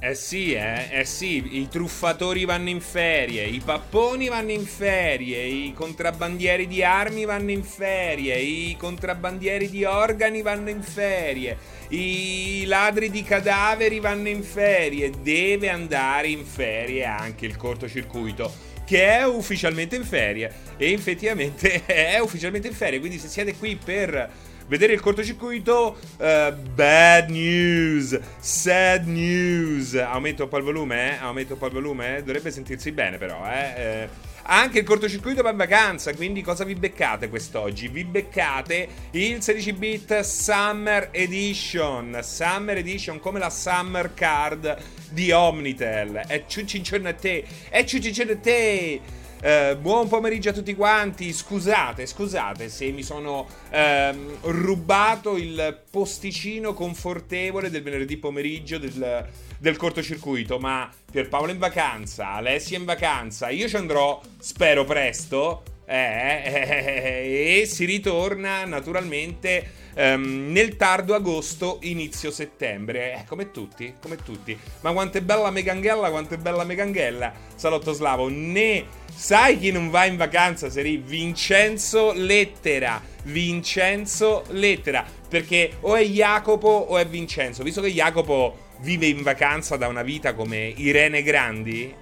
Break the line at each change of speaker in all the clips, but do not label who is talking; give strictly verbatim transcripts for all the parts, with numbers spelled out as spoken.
Eh sì, eh, eh sì, i truffatori vanno in ferie, i papponi vanno in ferie, i contrabbandieri di armi vanno in ferie, i contrabbandieri di organi vanno in ferie, i ladri di cadaveri vanno in ferie. Deve andare in ferie anche il cortocircuito, che è ufficialmente in ferie, e effettivamente è ufficialmente in ferie. Quindi se siete qui per vedere il cortocircuito, uh, bad news, sad news. Aumento un po' il volume, eh? Aumento un po' il volume, eh? Dovrebbe sentirsi bene però, eh? eh. Anche il cortocircuito va in vacanza, quindi cosa vi beccate quest'oggi? Vi beccate il sedici bit Summer Edition, Summer Edition come la Summer Card di Omnitel. È ciuccincione a te, è ciuccincione a te. Uh, buon pomeriggio a tutti quanti. Scusate, scusate se mi sono uh, rubato il posticino confortevole del venerdì pomeriggio del, del cortocircuito, ma Pierpaolo è in vacanza, Alessia è in vacanza, io ci andrò, spero presto, eh, eh, e si ritorna naturalmente um, nel tardo agosto, inizio settembre, eh, come tutti, come tutti. Ma quanto è bella Meganghella, quanto è bella Meganghella, Salotto Slavo. Ne sai chi non va in vacanza, Seri? Vincenzo Lettera. Vincenzo Lettera. Perché o è Jacopo o è Vincenzo. Visto che Jacopo vive in vacanza da una vita come Irene Grandi,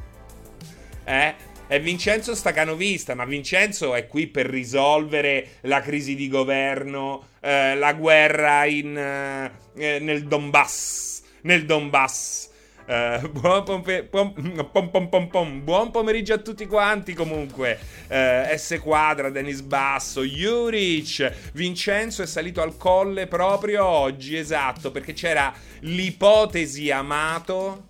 eh? E Vincenzo stacanovista, ma Vincenzo è qui per risolvere la crisi di governo, eh, la guerra in, eh, nel Donbass. Nel Donbass. Uh, buon, pompe, pom, pom, pom, pom, pom. Buon pomeriggio a tutti quanti comunque. uh, S Quadra, Dennis Basso, Juric. Vincenzo è salito al colle proprio oggi, esatto, perché c'era l'ipotesi Amato,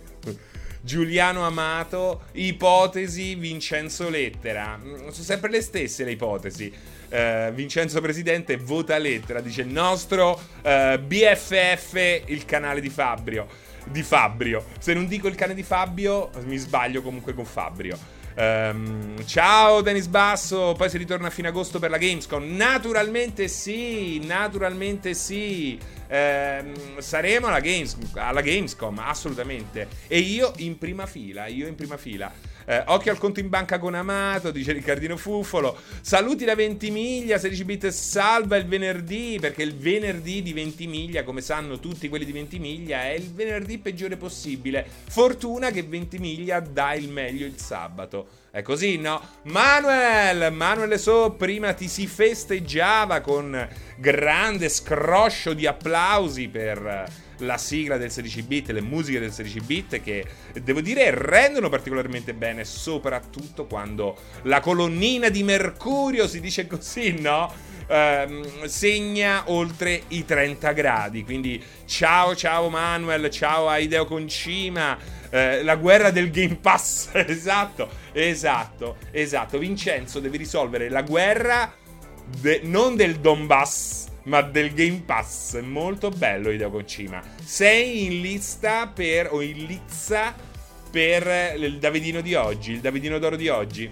Giuliano Amato, ipotesi Vincenzo Lettera. Sono sempre le stesse le ipotesi. uh, Vincenzo Presidente vota Lettera, dice il nostro uh, B F F, il canale di Fabio. Di Fabio. Se non dico il cane di Fabio, mi sbaglio comunque con Fabio. Um, ciao Dennis Basso. Poi si ritorna a fine agosto per la Gamescom. Naturalmente sì, naturalmente sì. Um, saremo alla, Games, alla Gamescom, assolutamente. E io in prima fila, io in prima fila. Eh, occhio al conto in banca con Amato, dice Riccardino Fufolo. Saluti da Ventimiglia, sedici bit salva il venerdì, perché il venerdì di Ventimiglia, come sanno tutti quelli di Ventimiglia, è il venerdì peggiore possibile. Fortuna che Ventimiglia dà il meglio il sabato. È così, no? Manuel, Manuel So, prima ti si festeggiava con grande scroscio di applausi per la sigla del sedici bit, le musiche del sedici bit, che devo dire rendono particolarmente bene, soprattutto quando la colonnina di Mercurio, si dice così, no? Uh, segna oltre i trenta gradi. Quindi ciao ciao Manuel, ciao a Hideo Concima. Uh, la guerra del Game Pass. Esatto, esatto, esatto. Vincenzo deve risolvere la guerra de- non del Donbass, ma del Game Pass. Molto bello Hideo Kojima. Sei in lista per, o in lizza per il Davidino di oggi, il Davidino d'oro di oggi.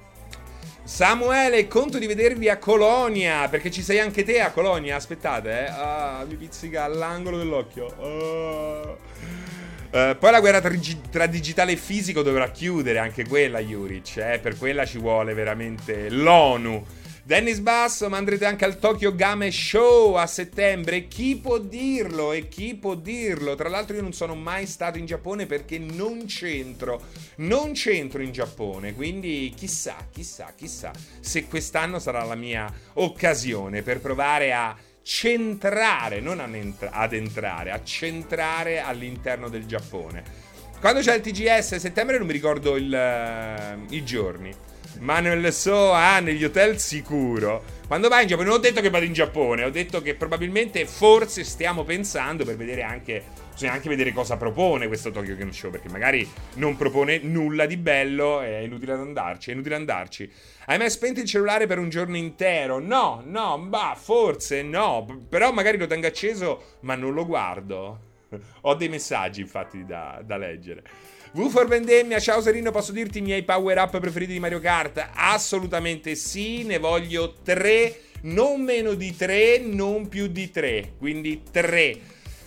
Samuele, conto di vedervi a Colonia, perché ci sei anche te a Colonia. Aspettate, eh. Ah, mi pizzica all'angolo dell'occhio. Ah. Uh, poi la guerra tra, tra digitale e fisico dovrà chiudere anche quella, Juric, eh. Per quella ci vuole veramente l'ONU. Dennis Basso, ma andrete anche al Tokyo Game Show a settembre? Chi può dirlo? E chi può dirlo? Tra l'altro io non sono mai stato in Giappone perché non c'entro. Non c'entro in Giappone, quindi chissà, chissà, chissà se quest'anno sarà la mia occasione per provare a centrare, non ad entrare, a centrare all'interno del Giappone. Quando c'è il T G S a settembre non mi ricordo il, uh, i giorni. Manuel So, ah, negli hotel sicuro. Quando vai in Giappone, non ho detto che vado in Giappone, ho detto che probabilmente, forse stiamo pensando, per vedere anche, bisogna anche vedere cosa propone questo Tokyo Game Show, perché magari non propone nulla di bello, è inutile andarci, è inutile andarci. Hai mai spento il cellulare per un giorno intero? No, no, bah, forse no, però magari lo tengo acceso, ma non lo guardo. Ho dei messaggi infatti da, da leggere. V for Vendemmia, ciao Serino, posso dirti i miei power up preferiti di Mario Kart? Assolutamente sì, ne voglio tre, non meno di tre, non più di tre, quindi tre.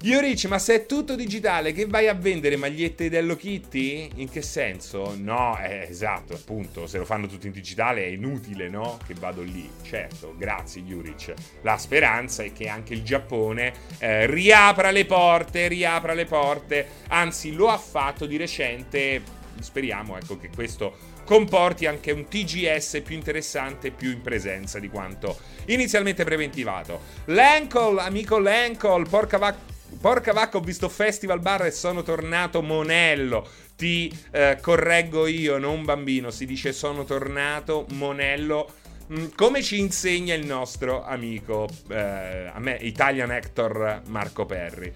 Yurich, ma se è tutto digitale, che vai a vendere magliette di Hello Kitty? In che senso? No, eh, esatto, appunto, se lo fanno tutto in digitale è inutile, no? Che vado lì. Certo, grazie Yurich. La speranza è che anche il Giappone eh, riapra le porte, riapra le porte, anzi lo ha fatto di recente. Speriamo, ecco, che questo comporti anche un T G S più interessante, più in presenza di quanto inizialmente preventivato. Lancol, amico Lancol, porca vacca. Porca vacca, ho visto Festival Bar e sono tornato Monello. Ti eh, correggo io, non bambino. Si dice sono tornato Monello. Mm, come ci insegna il nostro amico, eh, a me, Italian Hector Marco Perri.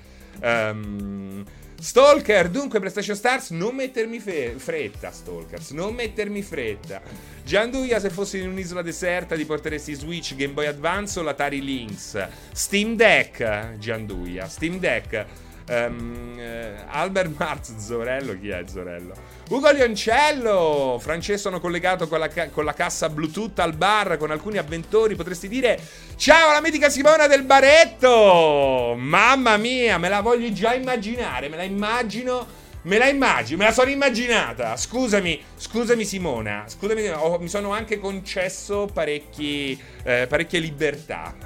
Um, Stalker, dunque PlayStation Stars, non mettermi fe- fretta, Stalkers, non mettermi fretta. Gianduia, se fossi in un'isola deserta ti porteresti Switch, Game Boy Advance o l'Atari Lynx? Steam Deck, Gianduia, Steam Deck. Um, uh, Albert Marz, Zorello, chi è Zorello? Ugo Lioncello, Francesco, sono collegato con la, ca- con la cassa Bluetooth al bar con alcuni avventori, potresti dire ciao alla mitica Simona del Baretto. Mamma mia, me la voglio già immaginare, me la immagino. Me la immagino, me la sono immaginata. Scusami, scusami Simona, scusami, ho, mi sono anche concesso parecchi, eh, parecchie libertà.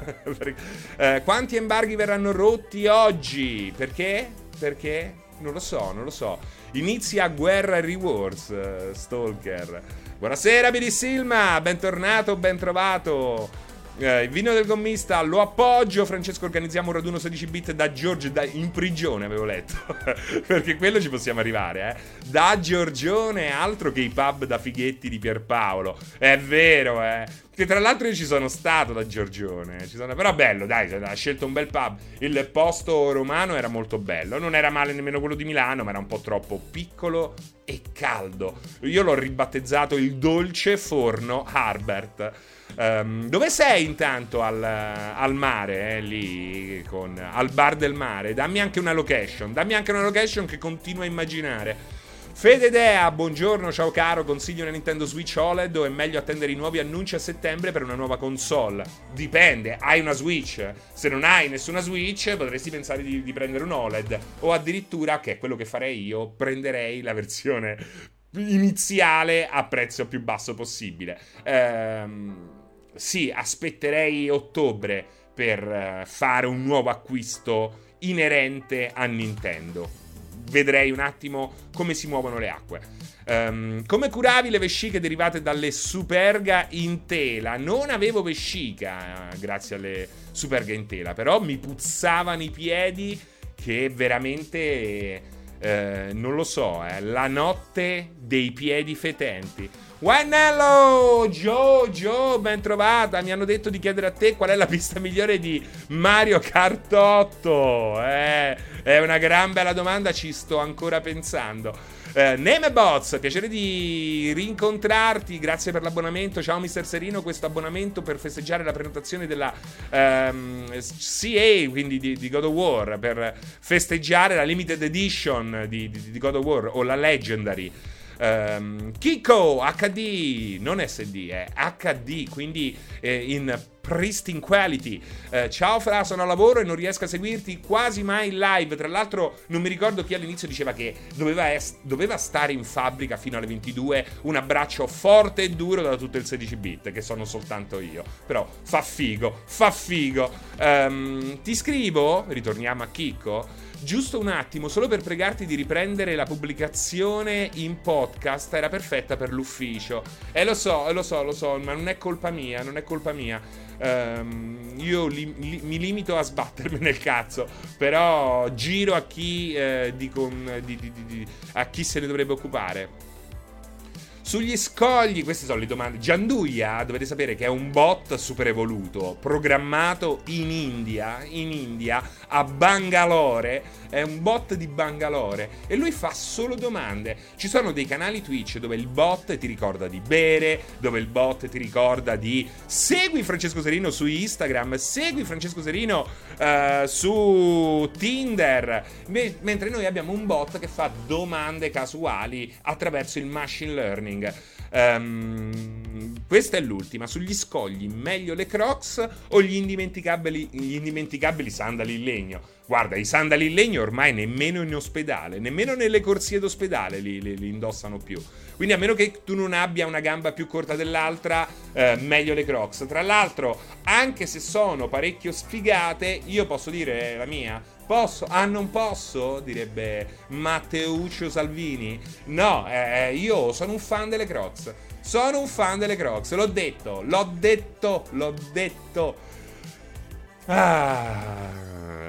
eh, quanti embarghi verranno rotti oggi? Perché? Perché? Non lo so, non lo so. Inizia guerra e rewards, uh, Stalker. Buonasera Billy Silma, bentornato, ben trovato. Eh, il vino del gommista lo appoggio. Francesco, organizziamo un raduno sedici bit da Giorgio, da, in prigione avevo letto perché quello ci possiamo arrivare, eh. Da Giorgione, altro che i pub da fighetti di Pierpaolo. È vero, eh. Che tra l'altro io ci sono stato da Giorgione, ci sono... però bello, dai, ha scelto un bel pub. Il posto romano era molto bello, non era male nemmeno quello di Milano, ma era un po' troppo piccolo e caldo. Io l'ho ribattezzato il dolce forno Harbert. Um, dove sei intanto al, al mare, eh, lì con, al bar del mare? Dammi anche una location, dammi anche una location che continuo a immaginare. Fede Dea, buongiorno, ciao caro, consiglio una Nintendo Switch O L E D o è meglio attendere i nuovi annunci a settembre per una nuova console? Dipende, hai una Switch? Se non hai nessuna Switch potresti pensare di, di prendere un O L E D o addirittura, che è quello che farei io, prenderei la versione iniziale a prezzo più basso possibile. Ehm... Sì, aspetterei ottobre per fare un nuovo acquisto inerente a Nintendo. Vedrei un attimo come si muovono le acque. Um, come curavi le vesciche derivate dalle Superga in tela? Non avevo vescica grazie alle Superga in tela, però mi puzzavano i piedi che veramente, eh, non lo so, eh, la notte dei piedi fetenti. Wannello, Joe, Joe, ben trovata. Mi hanno detto di chiedere a te qual è la pista migliore di Mario Kart otto. Eh, è una gran bella domanda, ci sto ancora pensando. eh, Nemebots, piacere di rincontrarti, grazie per l'abbonamento. Ciao mister Serino, questo abbonamento per festeggiare la prenotazione della ehm, C A, quindi di, di God of War, per festeggiare la limited edition di, di, di God of War o la Legendary. Um, Kiko acca di, non S D, è acca di, quindi eh, in pristine quality. eh, Ciao Fra, sono a lavoro e non riesco a seguirti quasi mai in live. Tra l'altro non mi ricordo chi all'inizio diceva che doveva, es- doveva stare in fabbrica fino alle ventidue. Un abbraccio forte e duro da tutto il sedici bit, che sono soltanto io. Però fa figo, fa figo. um, Ti scrivo, ritorniamo a Kiko, giusto un attimo, solo per pregarti di riprendere la pubblicazione in podcast. Era perfetta per l'ufficio. E eh, lo so, lo so, lo so, ma non è colpa mia, non è colpa mia. Um, io li, li, mi limito a sbattermi nel cazzo, però giro a chi, eh, di con, di, di, di, a chi se ne dovrebbe occupare. Sugli scogli, queste sono le domande. Gianduia, dovete sapere che è un bot super evoluto, programmato in India, in India, a Bangalore. È un bot di Bangalore e lui fa solo domande. Ci sono dei canali Twitch dove il bot ti ricorda di bere, dove il bot ti ricorda di segui Francesco Serino su Instagram, segui Francesco Serino uh, su Tinder, Me- mentre noi abbiamo un bot che fa domande casuali attraverso il machine learning. Um, questa è l'ultima. Sugli scogli, meglio le Crocs o gli indimenticabili, gli indimenticabili sandali in legno. Guarda, i sandali in legno ormai nemmeno in ospedale, nemmeno nelle corsie d'ospedale li, li, li indossano più. Quindi a meno che tu non abbia una gamba più corta dell'altra, eh, meglio le Crocs. Tra l'altro, anche se sono parecchio sfigate, io posso dire la mia? Posso? Ah, non posso? Direbbe Matteuccio Salvini. No, eh, io sono un fan delle Crocs. Sono un fan delle Crocs, l'ho detto, l'ho detto, l'ho detto. Ah...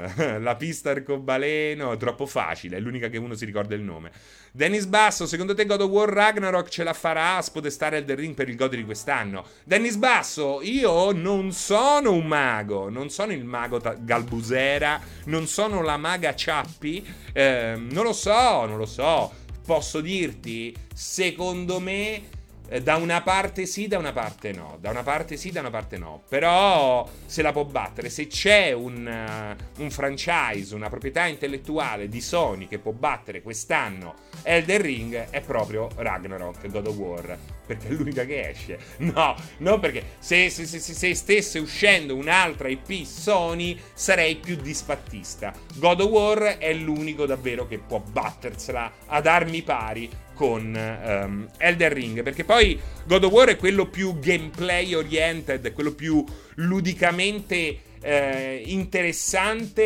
La pista arcobaleno, troppo facile, è l'unica che uno si ricorda il nome. Dennis Basso, secondo te God of War Ragnarok ce la farà a spodestare Elden Ring per il God di quest'anno? Dennis Basso, io non sono un mago, non sono il mago ta- Galbusera, non sono la maga Ciappi, eh, non lo so, non lo so. Posso dirti, secondo me... da una parte sì, da una parte no. Da una parte sì, da una parte no. Però se la può battere. Se c'è un, uh, un franchise, una proprietà intellettuale di Sony che può battere quest'anno Elden Ring, è proprio Ragnarok, God of War. Perché è l'unica che esce. No, no, perché se, se, se, se stesse uscendo un'altra I P Sony sarei più disfattista. God of War è l'unico davvero che può battersela ad armi pari con um, Elden Ring, perché poi God of War è quello più gameplay oriented, quello più ludicamente eh, interessante,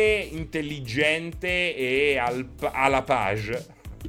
intelligente e al, alla page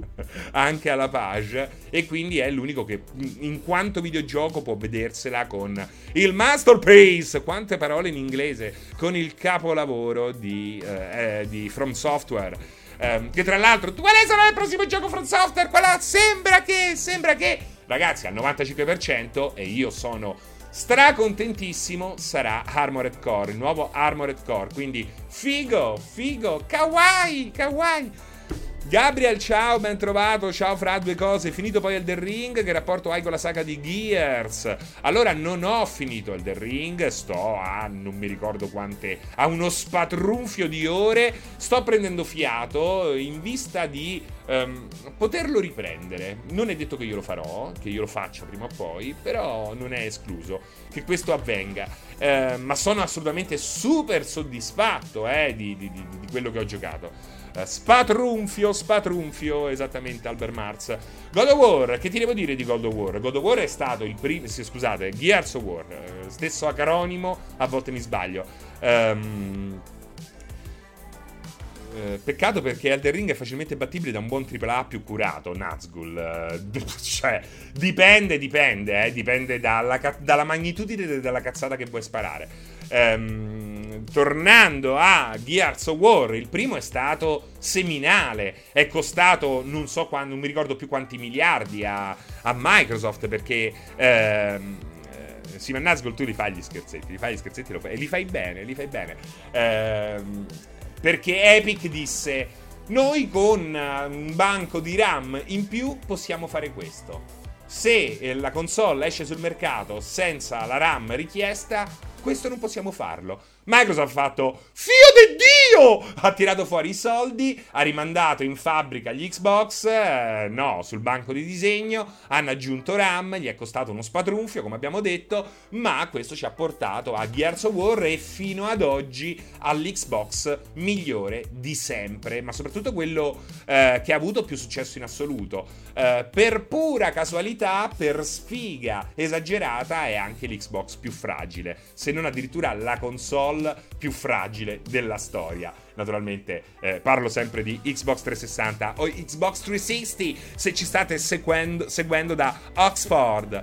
anche alla page, e quindi è l'unico che in quanto videogioco può vedersela con il masterpiece, quante parole in inglese, con il capolavoro di, eh, di From Software. Um, che tra l'altro, quale sarà il prossimo gioco From Software? Quella sembra che, sembra che, ragazzi, al novantacinque per cento, e io sono stracontentissimo, sarà Armored Core, il nuovo Armored Core. Quindi figo, figo, kawaii, kawaii. Gabriel, ciao, ben trovato, ciao fra due cose, finito poi Elden Ring, che rapporto hai con la saga di Gears? Allora, non ho finito Elden Ring, sto a, non mi ricordo quante, a uno spatrunfio di ore, sto prendendo fiato in vista di um, poterlo riprendere. Non è detto che io lo farò, che io lo faccia prima o poi, però non è escluso che questo avvenga. Uh, ma sono assolutamente super soddisfatto eh, di, di, di, di quello che ho giocato. Spatrunfio, spatrunfio, esattamente, Albert Marz. God of War, che ti devo dire di God of War? God of War è stato il primo, sì, scusate, Gears of War, stesso acronimo, a volte mi sbaglio. Um, eh, peccato perché Elden Ring è facilmente battibile da un buon tripla A più curato, Nazgul. Uh, cioè, dipende, dipende, eh, dipende dalla, dalla magnitudine della cazzata che vuoi sparare. Um, tornando a Gears of War, il primo è stato seminale, è costato non so quando, non mi ricordo più quanti miliardi a, a Microsoft, perché um, eh, Simon Nazgul, tu li fai gli scherzetti, li fai gli scherzetti lo fai, e li fai bene, li fai bene um, perché Epic disse: noi con un banco di RAM in più possiamo fare questo. Se la console esce sul mercato senza la RAM richiesta, questo non possiamo farlo. Microsoft ha fatto Fio di Dio! Ha tirato fuori i soldi, ha rimandato in fabbrica gli Xbox, eh, no, sul banco di disegno, hanno aggiunto RAM, gli è costato uno spatrunfio, come abbiamo detto, ma questo ci ha portato a Gears of War e fino ad oggi all'Xbox migliore di sempre, ma soprattutto quello eh, che ha avuto più successo in assoluto. Eh, per pura casualità, per sfiga esagerata, è anche l'Xbox più fragile, se non addirittura la console più fragile della storia. Naturalmente eh, parlo sempre di Xbox trecentosessanta o Xbox trecentosessanta se ci state seguendo, seguendo da Oxford.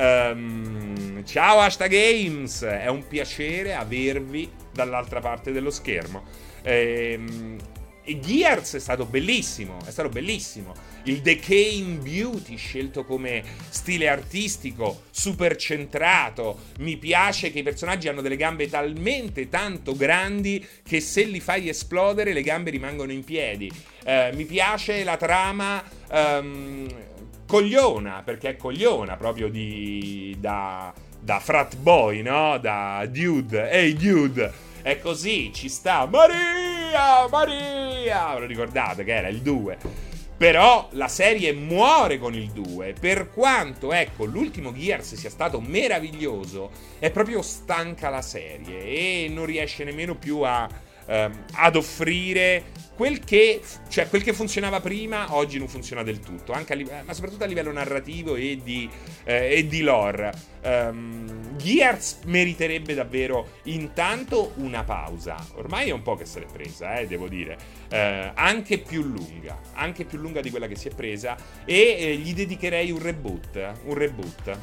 Um, ciao Hashtag Games, è un piacere avervi dall'altra parte dello schermo. Ehm E Gears è stato bellissimo, è stato bellissimo. Il Decaying Beauty scelto come stile artistico, super centrato. Mi piace che i personaggi hanno delle gambe talmente tanto grandi che se li fai esplodere le gambe rimangono in piedi. Eh, mi piace la trama um, cogliona, perché è cogliona proprio di da, da frat boy, no? Da dude, hey dude. È così, ci sta. Maria, Maria, ve lo ricordate che era il due? Però la serie muore con il due. Per quanto, ecco, l'ultimo Gears sia stato meraviglioso, è proprio stanca la serie e non riesce nemmeno più a, ehm, ad offrire quel che, cioè quel che funzionava prima oggi non funziona del tutto, anche a live- ma soprattutto a livello narrativo e di, eh, e di lore. um, Gears meriterebbe davvero intanto una pausa, ormai è un po' che se l'è presa, eh, devo dire, eh, anche più lunga anche più lunga di quella che si è presa, e eh, gli dedicherei un reboot un reboot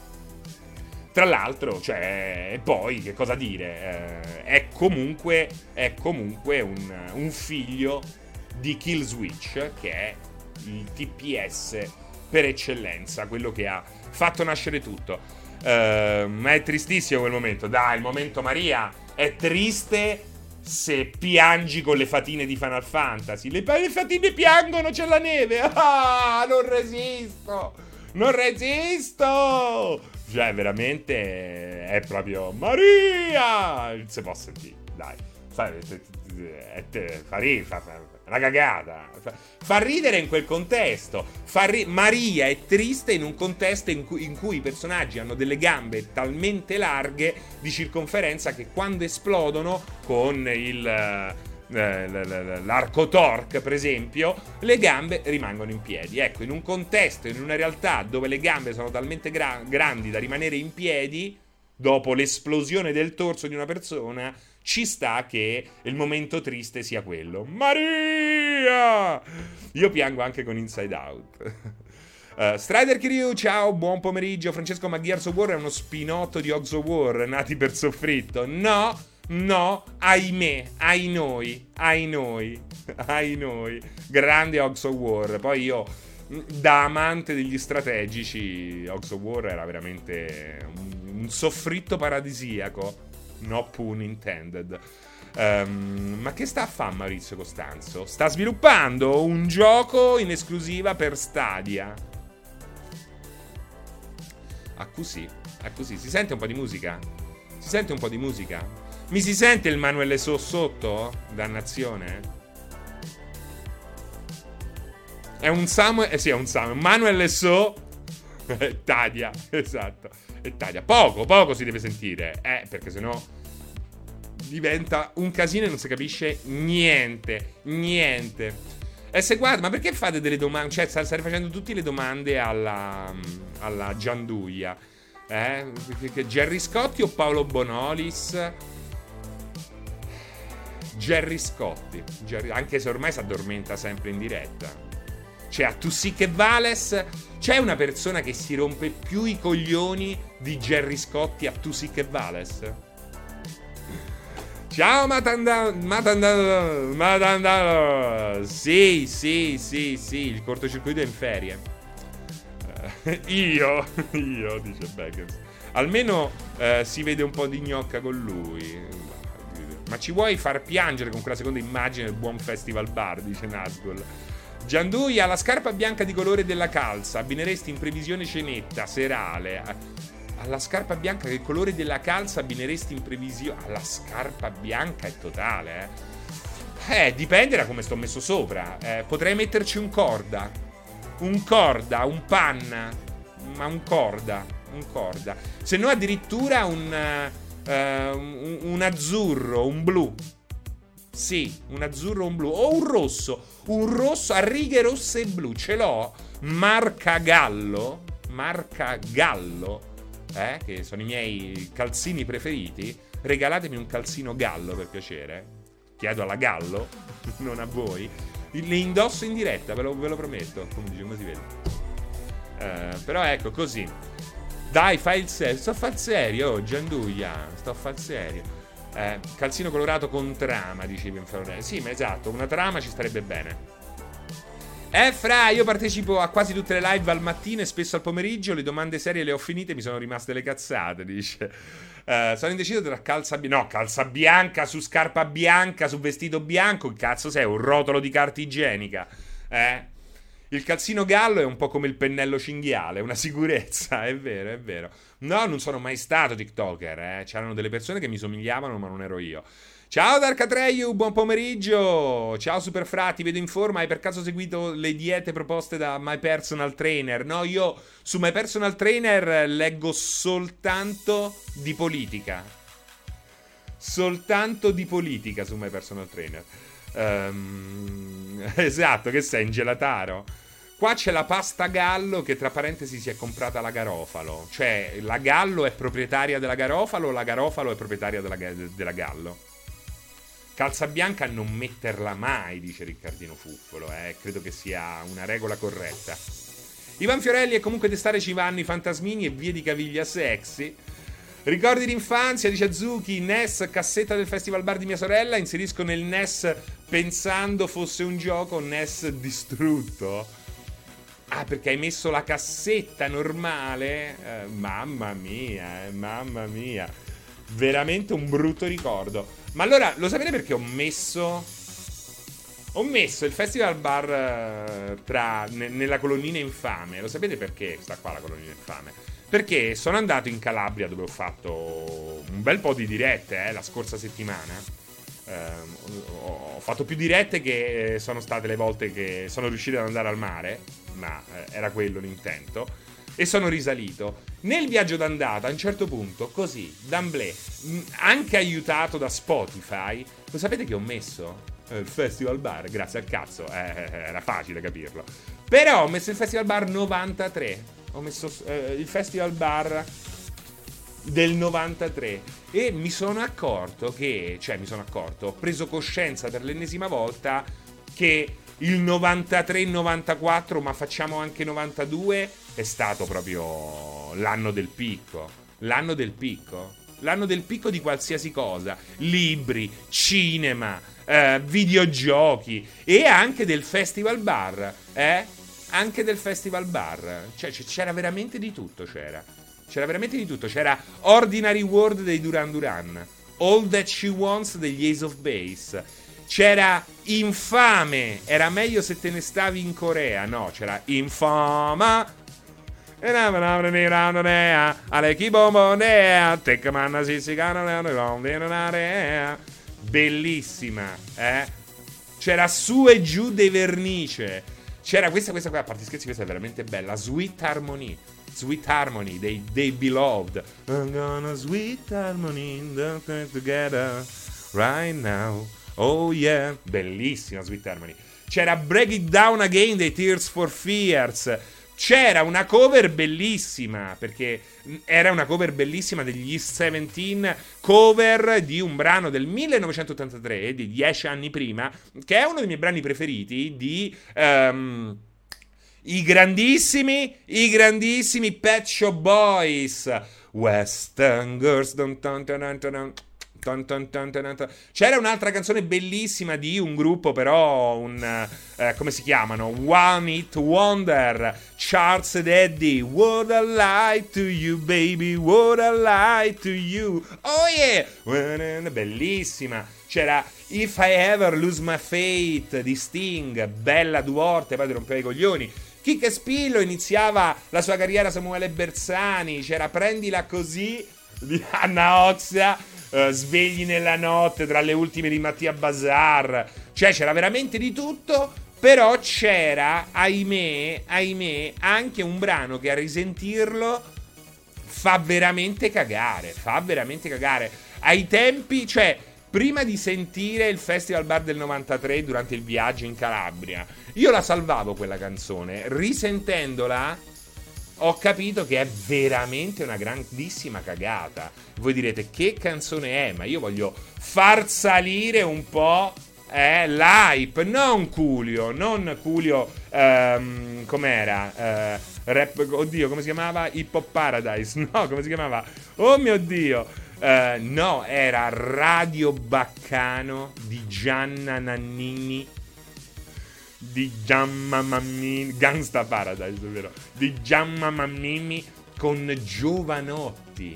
tra l'altro, cioè, e poi che cosa dire? Eh, è comunque, è comunque un, un figlio di Killswitch, che è il T P S per eccellenza, quello che ha fatto nascere tutto. Eh, ma è tristissimo quel momento. Dai, il momento Maria è triste se piangi con le fatine di Final Fantasy. Le, le fatine piangono, c'è la neve. Ah, non resisto! Non resisto! Cioè, veramente è proprio Maria! Se può sentire, dai. Fa, fa ridere, fa, fa una cagata. Fa, fa ridere in quel contesto. Fa ri- Maria è triste in un contesto in cui, in cui i personaggi hanno delle gambe talmente larghe di circonferenza che quando esplodono con il... l'arco torque, per esempio, le gambe rimangono in piedi. Ecco, in un contesto, in una realtà dove le gambe sono talmente gra- grandi da rimanere in piedi dopo l'esplosione del torso di una persona, ci sta che il momento triste sia quello. Maria! Io piango anche con Inside Out. Uh, Strider Kiryu, ciao, buon pomeriggio. Francesco, ma Gears of War è uno spinotto di Hogs of War nati per soffritto? No! No, ahimè, ai noi, ai noi, ai noi. Grande Hogs of War. Poi io, da amante degli strategici, Hogs of War era veramente un, un soffritto paradisiaco. No pun intended. Um, ma che sta a fare Maurizio Costanzo? Sta sviluppando un gioco in esclusiva per Stadia. Ah, così, ah, così. Si sente un po' di musica? Si sente un po' di musica? Mi si sente il Manuel So sotto? Dannazione. È un Samuel. Eh sì, è un Samuel. Manuel So. Tadia. Esatto. E Tadia. Poco, poco si deve sentire. Eh, perché sennò diventa un casino e non si capisce niente. Niente. E se guarda, ma perché fate delle domande? Cioè, state facendo tutte le domande alla. alla Gianduia. Eh? Gerry Scotti o Paolo Bonolis? Gerry Scotti, Gerry, anche se ormai si addormenta sempre in diretta. Cioè, a Tussi che Vales c'è una persona che si rompe più i coglioni di Gerry Scotti a Tussi che Vales. Ciao Matanda, Matanda, Matanda. Sì, sì, sì, sì, il cortocircuito è in ferie. Uh, io, io, dice Beckers. Almeno uh, si vede un po' di gnocca con lui. Ma ci vuoi far piangere con quella seconda immagine del buon Festival Bar, dice Nazgul. Gianduia, la scarpa bianca di colore della calza abbineresti in previsione cenetta serale. Alla scarpa bianca del colore della calza abbineresti in previsione. Alla scarpa bianca è totale, eh. Eh, dipende da come sto messo sopra. Eh, potrei metterci un corda. Un corda, un panna. Ma un corda. Un corda. Se no addirittura un... Uh, un, un azzurro, un blu. Sì, un azzurro, un blu. O un rosso. Un rosso a righe rosse e blu. Ce l'ho. Marca Gallo. Marca Gallo. Eh, che sono i miei calzini preferiti. Regalatemi un calzino Gallo, per piacere. Chiedo alla Gallo, non a voi. Li indosso in diretta, ve lo, ve lo prometto. Come dice, come si vede. Uh, però ecco, così. Dai, fai il serio. Sto a far serio, oh, Gianduia. Sto a far serio. Eh, calzino colorato con trama, dicevi in Ferrone. Sì, ma esatto, una trama ci starebbe bene. Eh, fra, io partecipo a quasi tutte le live al mattino e spesso al pomeriggio. Le domande serie le ho finite, mi sono rimaste le cazzate, dice. Eh, sono indeciso tra calza bianca. No, calza bianca su scarpa bianca, su vestito bianco. Che cazzo sei? Un rotolo di carta igienica. Eh? Il calzino gallo è un po' come il pennello cinghiale, una sicurezza, è vero, è vero. No, non sono mai stato TikToker, eh. C'erano delle persone che mi somigliavano, ma non ero io. Ciao Dark Atreyu, buon pomeriggio. Ciao Superfra, ti vedo in forma. Hai per caso seguito le diete proposte da My Personal Trainer? No, io su My Personal Trainer leggo soltanto di politica. soltanto di politica su My Personal Trainer. Um, esatto, che sei, in gelataro? Qua c'è la pasta Gallo che tra parentesi si è comprata la Garofalo. Cioè, la Gallo è proprietaria della Garofalo o la Garofalo è proprietaria della, della Gallo? Calzabianca non metterla mai, dice Riccardino Fuffolo, eh. Credo che sia una regola corretta. Ivan Fiorelli è comunque testare Civanni, Fantasmini e via di Caviglia sexy. Ricordi d'infanzia, dice Azuki, N E S, cassetta del Festival Bar di mia sorella, inserisco nel N E S pensando fosse un gioco, N E S distrutto. Ah, perché hai messo la cassetta normale? Eh, mamma mia, eh, mamma mia. Veramente un brutto ricordo. Ma allora, lo sapete perché ho messo... Ho messo il Festival Bar eh, tra, ne, nella colonnina infame. Lo sapete perché sta qua la colonnina infame? Perché sono andato in Calabria dove ho fatto un bel po' di dirette eh, la scorsa settimana. Eh, ho fatto più dirette che sono state le volte che sono riuscito ad andare al mare, ma eh, era quello l'intento, e sono risalito. Nel viaggio d'andata a un certo punto, così, d'amblè, anche aiutato da Spotify, lo sapete che ho messo? Eh, il Festival Bar, grazie al cazzo, eh, era facile capirlo. Però ho messo il Festival Bar novantatré, ho messo eh, il Festival Bar del novantatré e mi sono accorto che, cioè mi sono accorto, ho preso coscienza per l'ennesima volta che il novantatré novantaquattro, ma facciamo anche novantadue, è stato proprio l'anno del picco, l'anno del picco, l'anno del picco di qualsiasi cosa, libri, cinema, eh, videogiochi e anche del Festival Bar, eh? Anche del Festival Bar, cioè c'era veramente di tutto, c'era. C'era veramente di tutto. C'era Ordinary World dei Duran Duran, All That She Wants degli Ace of Base. C'era Infame, era meglio se te ne stavi in Corea. No, c'era Infama. Bellissima, eh? C'era Su e Giù dei Vernice. C'era questa, questa qua, a parte scherzi, questa è veramente bella. Sweet Harmony. Sweet Harmony dei, dei Beloved. I'm gonna sweet harmony together right now. Oh yeah. Bellissima Sweet Harmony. C'era Break It Down Again dei Tears for Fears. C'era una cover bellissima, perché era una cover bellissima degli East Seventeen, cover di un brano del millenovecentottantatré, di dieci anni prima, che è uno dei miei brani preferiti di... Um, I grandissimi, i grandissimi Pet Shop Boys. Western Girls. Dun dun dun dun dun. Dun dun dun dun dun. C'era un'altra canzone bellissima di un gruppo, però un eh, come si chiamano? One Hit Wonder, Charles ed Eddie. What I lie to you, baby, what I lie to you. Oh yeah, bellissima. C'era If I Ever Lose My Fate di Sting, bella Duorte, poi ti rompeva i coglioni. Chicca Spillo iniziava la sua carriera, Samuele Bersani. C'era Prendila Così di Anna Oxia, uh, Svegli nella notte, tra le ultime di Mattia Bazar. Cioè c'era veramente di tutto. Però c'era, ahimè, ahimè, anche un brano che a risentirlo fa veramente cagare. Fa veramente cagare. Ai tempi, cioè, prima di sentire il Festival Bar del novantatré durante il viaggio in Calabria, io la salvavo quella canzone. Risentendola ho capito che è veramente una grandissima cagata. Voi direte, che canzone è? Ma io voglio far salire un po' eh, l'hype. Non Coolio, non Coolio, ehm, com'era? Eh, rap, oddio, come si chiamava? Hip Hop Paradise. No, come si chiamava? Oh mio Dio. Uh, no, era Radio Baccano di Gianna Nannini, di Giamma Mammini, Gangsta Paradise, vero? Di Giamma Mammini con Giovanotti.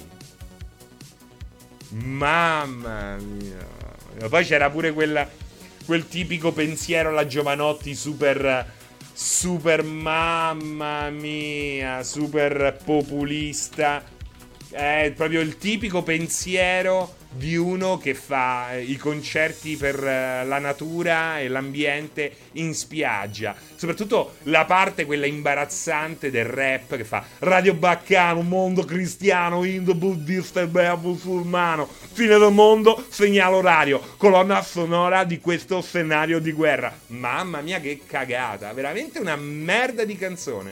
Mamma mia. Poi c'era pure quella, quel tipico pensiero alla Giovanotti super, super, mamma mia, super populista. È proprio il tipico pensiero di uno che fa i concerti per la natura e l'ambiente in spiaggia. Soprattutto la parte quella imbarazzante del rap che fa Radio Baccano, mondo cristiano, indo, buddista e bea musulmano, fine del mondo, segnale orario, colonna sonora di questo scenario di guerra. Mamma mia che cagata, veramente una merda di canzone.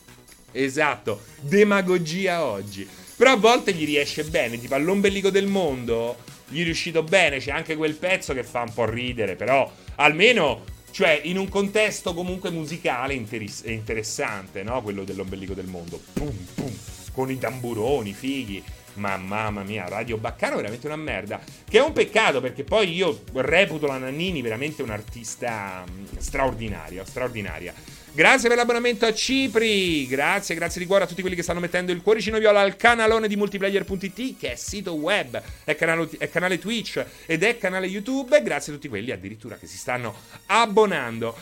Esatto, demagogia oggi. Però a volte gli riesce bene, tipo all'ombelico del mondo gli è riuscito bene, c'è anche quel pezzo che fa un po' ridere, però almeno, cioè, in un contesto comunque musicale interis- interessante, no? Quello dell'ombelico del mondo, pum pum, con i tamburoni, fighi. Ma mamma mia, Radio Baccano è veramente una merda, che è un peccato perché poi io reputo la Nannini veramente un'artista straordinaria, straordinaria. Grazie per l'abbonamento a Cipri, grazie, grazie di cuore a tutti quelli che stanno mettendo il cuoricino viola al canalone di multiplayer punto it, che è sito web, è canale, è canale Twitch ed è canale YouTube, e grazie a tutti quelli addirittura che si stanno abbonando.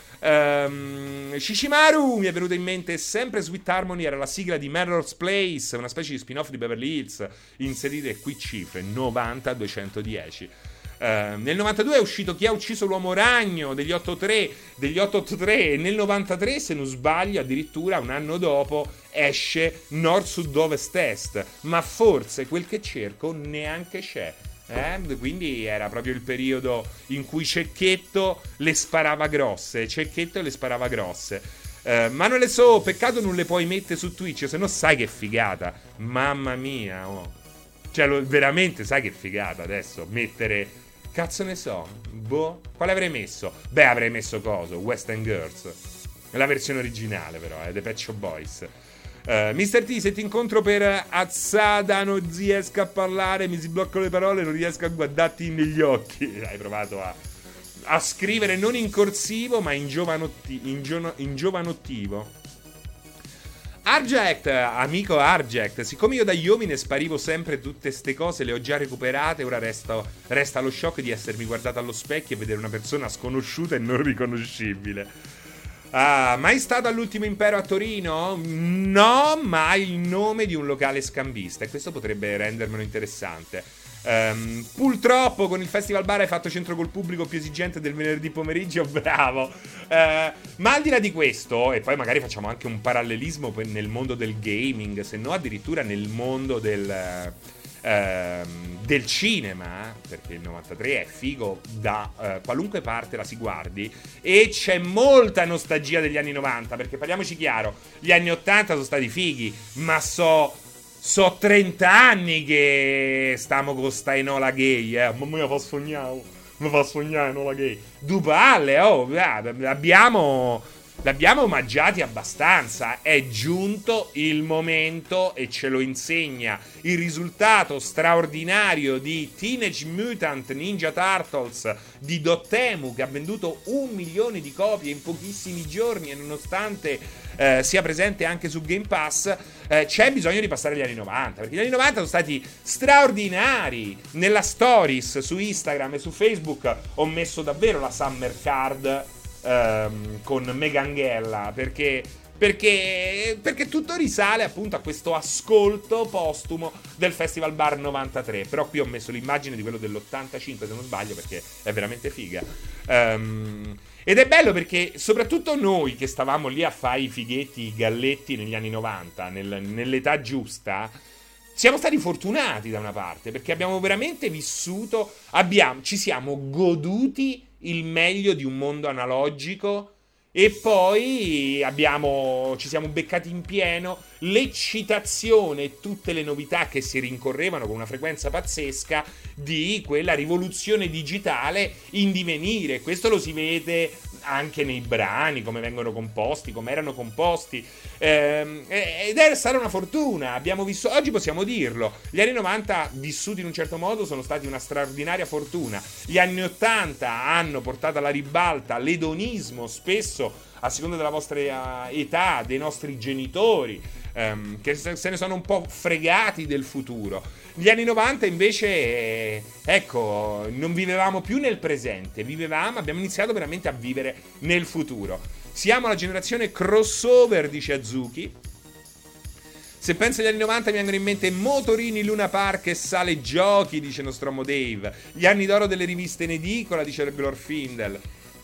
um, Shishimaru, mi è venuto in mente sempre Sweet Harmony, era la sigla di Melrose Place, una specie di spin-off di Beverly Hills, inserite qui cifre novanta duecentodieci. Uh, nel novantadue è uscito Chi ha ucciso l'uomo ragno degli otto tre, degli otto otto tre, e nel novantatré, se non sbaglio, addirittura un anno dopo esce Nord Sud Ovest Est, ma forse quel che cerco neanche c'è. Eh? Quindi era proprio il periodo in cui Cecchetto le sparava grosse, Cecchetto le sparava grosse. Uh, Manuele So, peccato non le puoi mettere su Twitch, se no sai che figata. Mamma mia, oh. Cioè, lo, veramente sai che figata adesso mettere. Cazzo ne so, boh, quale avrei messo? Beh, avrei messo coso, West End Girls, la versione originale però, eh, The Pet Shop Boys. uh, mister T, se ti incontro per Azzada non riesco a parlare, mi si bloccano le parole, non riesco a guardarti negli occhi. Hai provato a, a scrivere non in corsivo ma in, giovanotti, in, gio, in giovanottivo. Argect, amico Argect, siccome io da Iomine sparivo sempre tutte ste cose, le ho già recuperate, ora resto, resta lo shock di essermi guardato allo specchio e vedere una persona sconosciuta e non riconoscibile. Ah, mai stato all'Ultimo Impero a Torino? No, ma il nome di un locale scambista, e questo potrebbe rendermelo interessante. Um, purtroppo con il Festival Bar hai fatto centro col pubblico più esigente del venerdì pomeriggio, bravo. Uh, ma al di là di questo, e poi magari facciamo anche un parallelismo nel mondo del gaming, se no addirittura nel mondo del, uh, del cinema, perché il novantatré è figo da uh, qualunque parte la si guardi, e c'è molta nostalgia degli anni novanta, perché parliamoci chiaro, gli anni ottanta sono stati fighi, ma so... So trenta anni che stiamo con sta Enola gay, eh. Ma mi fa sognare, mi fa sognare Enola gay. Due palle, oh, l'abbiamo, l'abbiamo omaggiati abbastanza. È giunto il momento, e ce lo insegna il risultato straordinario di Teenage Mutant Ninja Turtles di Dotemu, che ha venduto un milione di copie in pochissimi giorni, e nonostante Eh, sia presente anche su Game Pass, eh, c'è bisogno di passare agli anni novanta, perché gli anni novanta sono stati straordinari. Nella stories su Instagram e su Facebook ho messo davvero la Summer Card ehm, con Meganghella, perché Perché, perché tutto risale appunto a questo ascolto postumo del Festival Bar novantatré. Però qui ho messo l'immagine di quello dell'ottantacinque, se non sbaglio, perché è veramente figa. Um, ed è bello perché soprattutto noi che stavamo lì a fare i fighetti, i galletti negli anni novanta, nel, nell'età giusta, siamo stati fortunati da una parte, perché abbiamo veramente vissuto, abbiamo, ci siamo goduti il meglio di un mondo analogico. E poi abbiamo, ci siamo beccati in pieno l'eccitazione e tutte le novità che si rincorrevano con una frequenza pazzesca di quella rivoluzione digitale in divenire. Questo lo si vede anche nei brani, come vengono composti, come erano composti, ehm, ed è stata una fortuna. Abbiamo vissuto, oggi possiamo dirlo, gli anni novanta vissuti in un certo modo sono stati una straordinaria fortuna. Gli anni ottanta hanno portato alla ribalta l'edonismo, spesso a seconda della vostra età, dei nostri genitori, ehm, che se ne sono un po' fregati del futuro. Gli anni novanta invece, eh, ecco, non vivevamo più nel presente, vivevamo, abbiamo iniziato veramente a vivere nel futuro. Siamo la generazione crossover, dice Azuki. Se penso agli anni novanta mi vengono in mente motorini, Luna Park e sale giochi, dice Nostromo Dave. Gli anni d'oro delle riviste in edicola, dice Glorfindel.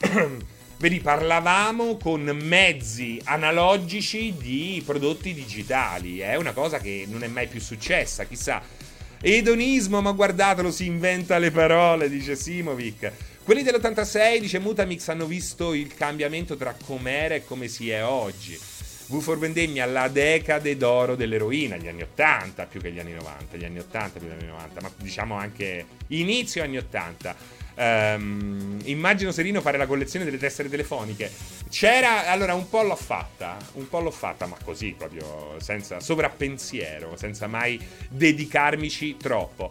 Vedi, parlavamo con mezzi analogici di prodotti digitali. È una cosa che non è mai più successa, chissà. Edonismo, ma guardatelo, si inventa le parole, dice Simovic. Quelli dell'ottantasei, dice Mutamix, hanno visto il cambiamento tra com'era e come si è oggi. V for Vendemmia, la decade d'oro dell'eroina, gli anni ottanta più che gli anni novanta, gli anni ottanta più che gli anni novanta, ma diciamo anche inizio anni ottanta. Um, immagino Serino fare la collezione delle tessere telefoniche. C'era, allora un po' l'ho fatta, un po' l'ho fatta, ma così proprio, senza sovrappensiero, senza mai dedicarmici troppo.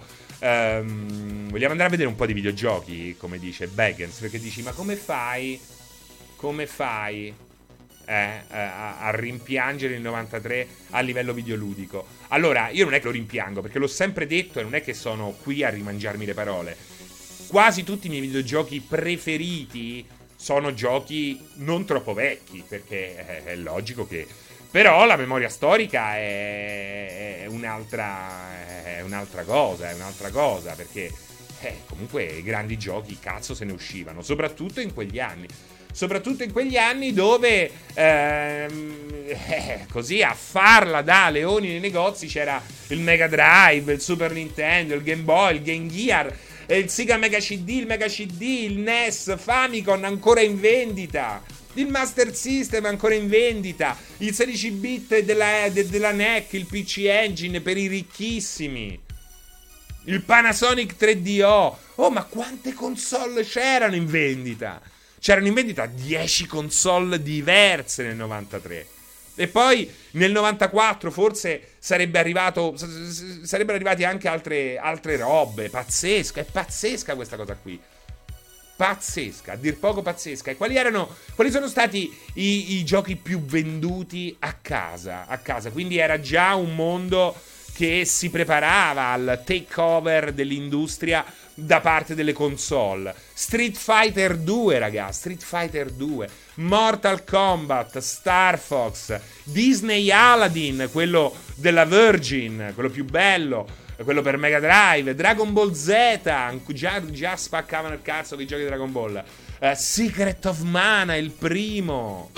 Um, vogliamo andare a vedere un po' di videogiochi, come dice Baggins, perché dici, ma come fai, come fai... Eh, a, a rimpiangere il novantatré a livello videoludico? Allora, io non è che lo rimpiango, perché l'ho sempre detto e non è che sono qui a rimangiarmi le parole. Quasi tutti i miei videogiochi preferiti sono giochi non troppo vecchi, perché è, è logico che... Però la memoria storica è, è un'altra è un'altra cosa, è un'altra cosa, perché eh, comunque i grandi giochi cazzo se ne uscivano, soprattutto in quegli anni. Soprattutto in quegli anni dove ehm, eh, così a farla da leoni nei negozi c'era il Mega Drive, il Super Nintendo, il Game Boy, il Game Gear, il Sega Mega C D, il Mega C D, il N E S, Famicom ancora in vendita, il Master System ancora in vendita, il sedici bit della, de, della N E C, il P C Engine per i ricchissimi, il Panasonic tre D O. Oh, ma quante console c'erano in vendita? C'erano in vendita dieci console diverse nel novantatré. E poi nel novantaquattro forse sarebbe arrivato sarebbero arrivati anche altre, altre robe. Pazzesca, è pazzesca questa cosa qui. Pazzesca, a dir poco pazzesca. E quali erano, quali sono stati i, i giochi più venduti a casa? A casa, quindi era già un mondo che si preparava al takeover dell'industria da parte delle console. Street Fighter due, ragazzi, Street Fighter due, Mortal Kombat, Star Fox, Disney Aladdin, quello della Virgin, quello più bello, quello per Mega Drive, Dragon Ball Z, già, già spaccavano il cazzo dei giochi di Dragon Ball. uh, Secret of Mana, il primo,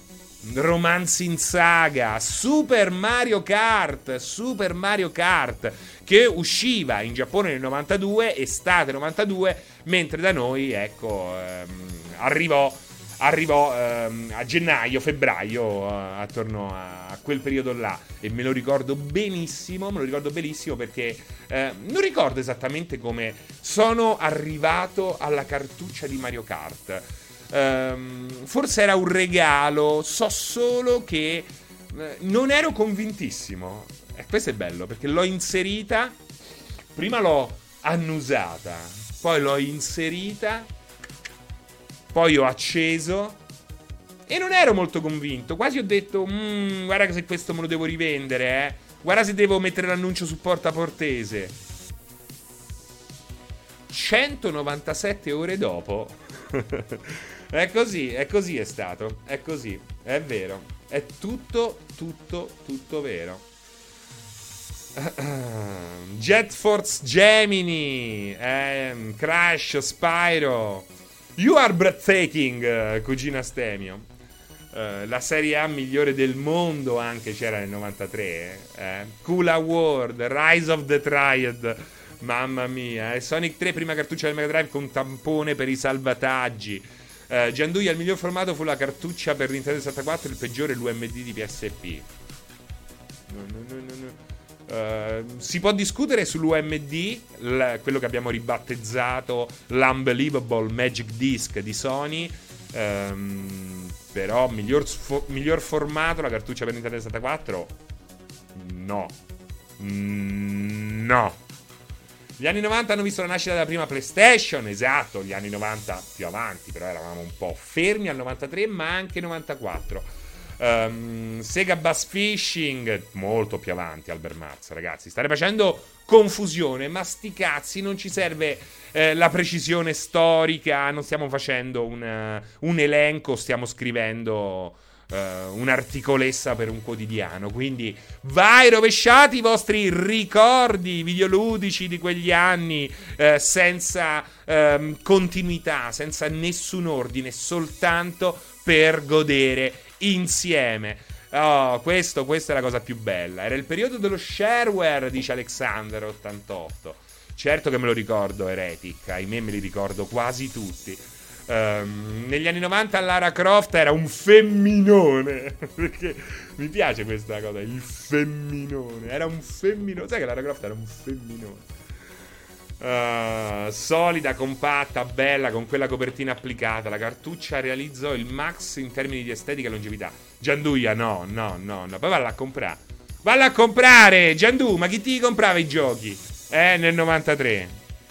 Romancing Saga, Super Mario Kart, Super Mario Kart, che usciva in Giappone nel novantadue, estate novantadue, mentre da noi, ecco, ehm, arrivò, arrivò ehm, a gennaio, febbraio, eh, attorno a, a quel periodo là. E me lo ricordo benissimo, me lo ricordo benissimo perché eh, non ricordo esattamente come sono arrivato alla cartuccia di Mario Kart. Um, forse era un regalo, so solo che eh, non ero convintissimo. E questo è bello perché l'ho inserita, prima l'ho annusata, poi l'ho inserita, poi ho acceso e non ero molto convinto. Quasi ho detto mmm, guarda che se questo me lo devo rivendere, eh. Guarda se devo mettere l'annuncio su Porta Portese. centonovantasette ore dopo è così, è così è stato, è così, è vero, è tutto, tutto, tutto vero. Jet Force Gemini, eh, Crash, Spyro, You Are Breathtaking, cugina Stemio. Uh, la serie A migliore del mondo anche c'era nel novantatré, eh. Kula World, Rise of the Triad, mamma mia, e Sonic tre, prima cartuccia del Mega Drive con tampone per i salvataggi. uh, Gianduia, il miglior formato fu la cartuccia per Nintendo sessantaquattro, il peggiore l'U M D di P S P. No, no, no, no, no. Uh, si può discutere sull'U M D, l- quello che abbiamo ribattezzato l'Unbelievable Magic Disc di Sony. Um, però miglior, fo- miglior formato la cartuccia per Nintendo sessantaquattro? No. Mm, no. Gli anni novanta hanno visto la nascita della prima PlayStation, esatto, gli anni novanta più avanti, però eravamo un po' fermi al novantatré, ma anche novantaquattro. Um, Sega Bass Fishing, molto più avanti. Albert Marz, ragazzi, state facendo confusione, ma sti cazzi, non ci serve eh, la precisione storica, non stiamo facendo un, uh, un elenco, stiamo scrivendo uh, un'articolessa per un quotidiano. Quindi vai, rovesciate i vostri ricordi videoludici di quegli anni, uh, senza uh, continuità, senza nessun ordine, soltanto per godere insieme. Oh, questo, questa è la cosa più bella. Era il periodo dello shareware, dice Alexander ottantotto. Certo che me lo ricordo, Heretic. Ahimè, me li ricordo quasi tutti. Um, negli anni novanta Lara Croft era un femminone. Perché mi piace questa cosa, il femminone. Era un femminone. Sai che Lara Croft era un femminone? Uh, solida, compatta, bella, con quella copertina applicata. La cartuccia realizzò il max in termini di estetica e longevità. Gianduia, no, no, no, no. Poi valla a comprare. Valla a comprare, Giandu, ma chi ti comprava i giochi? Eh, nel novantatré.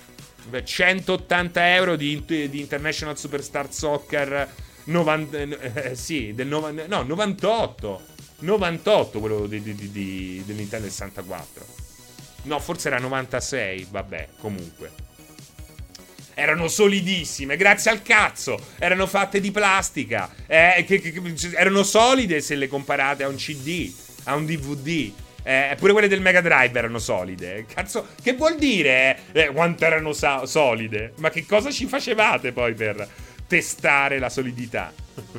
centottanta euro di, di International Superstar Soccer novanta, eh, sì, del nova, no, novantotto. novantotto quello di, di, di, di, del Nintendo sessantaquattro. No, forse era novantasei, vabbè, comunque. Erano solidissime, grazie al cazzo. Erano fatte di plastica. Eh, che, che, che, erano solide se le comparate a un C D, a un D V D. Eh, pure quelle del Mega Drive erano solide. Cazzo, che vuol dire eh, eh, quanto erano sa- solide? Ma che cosa ci facevate poi per testare la solidità?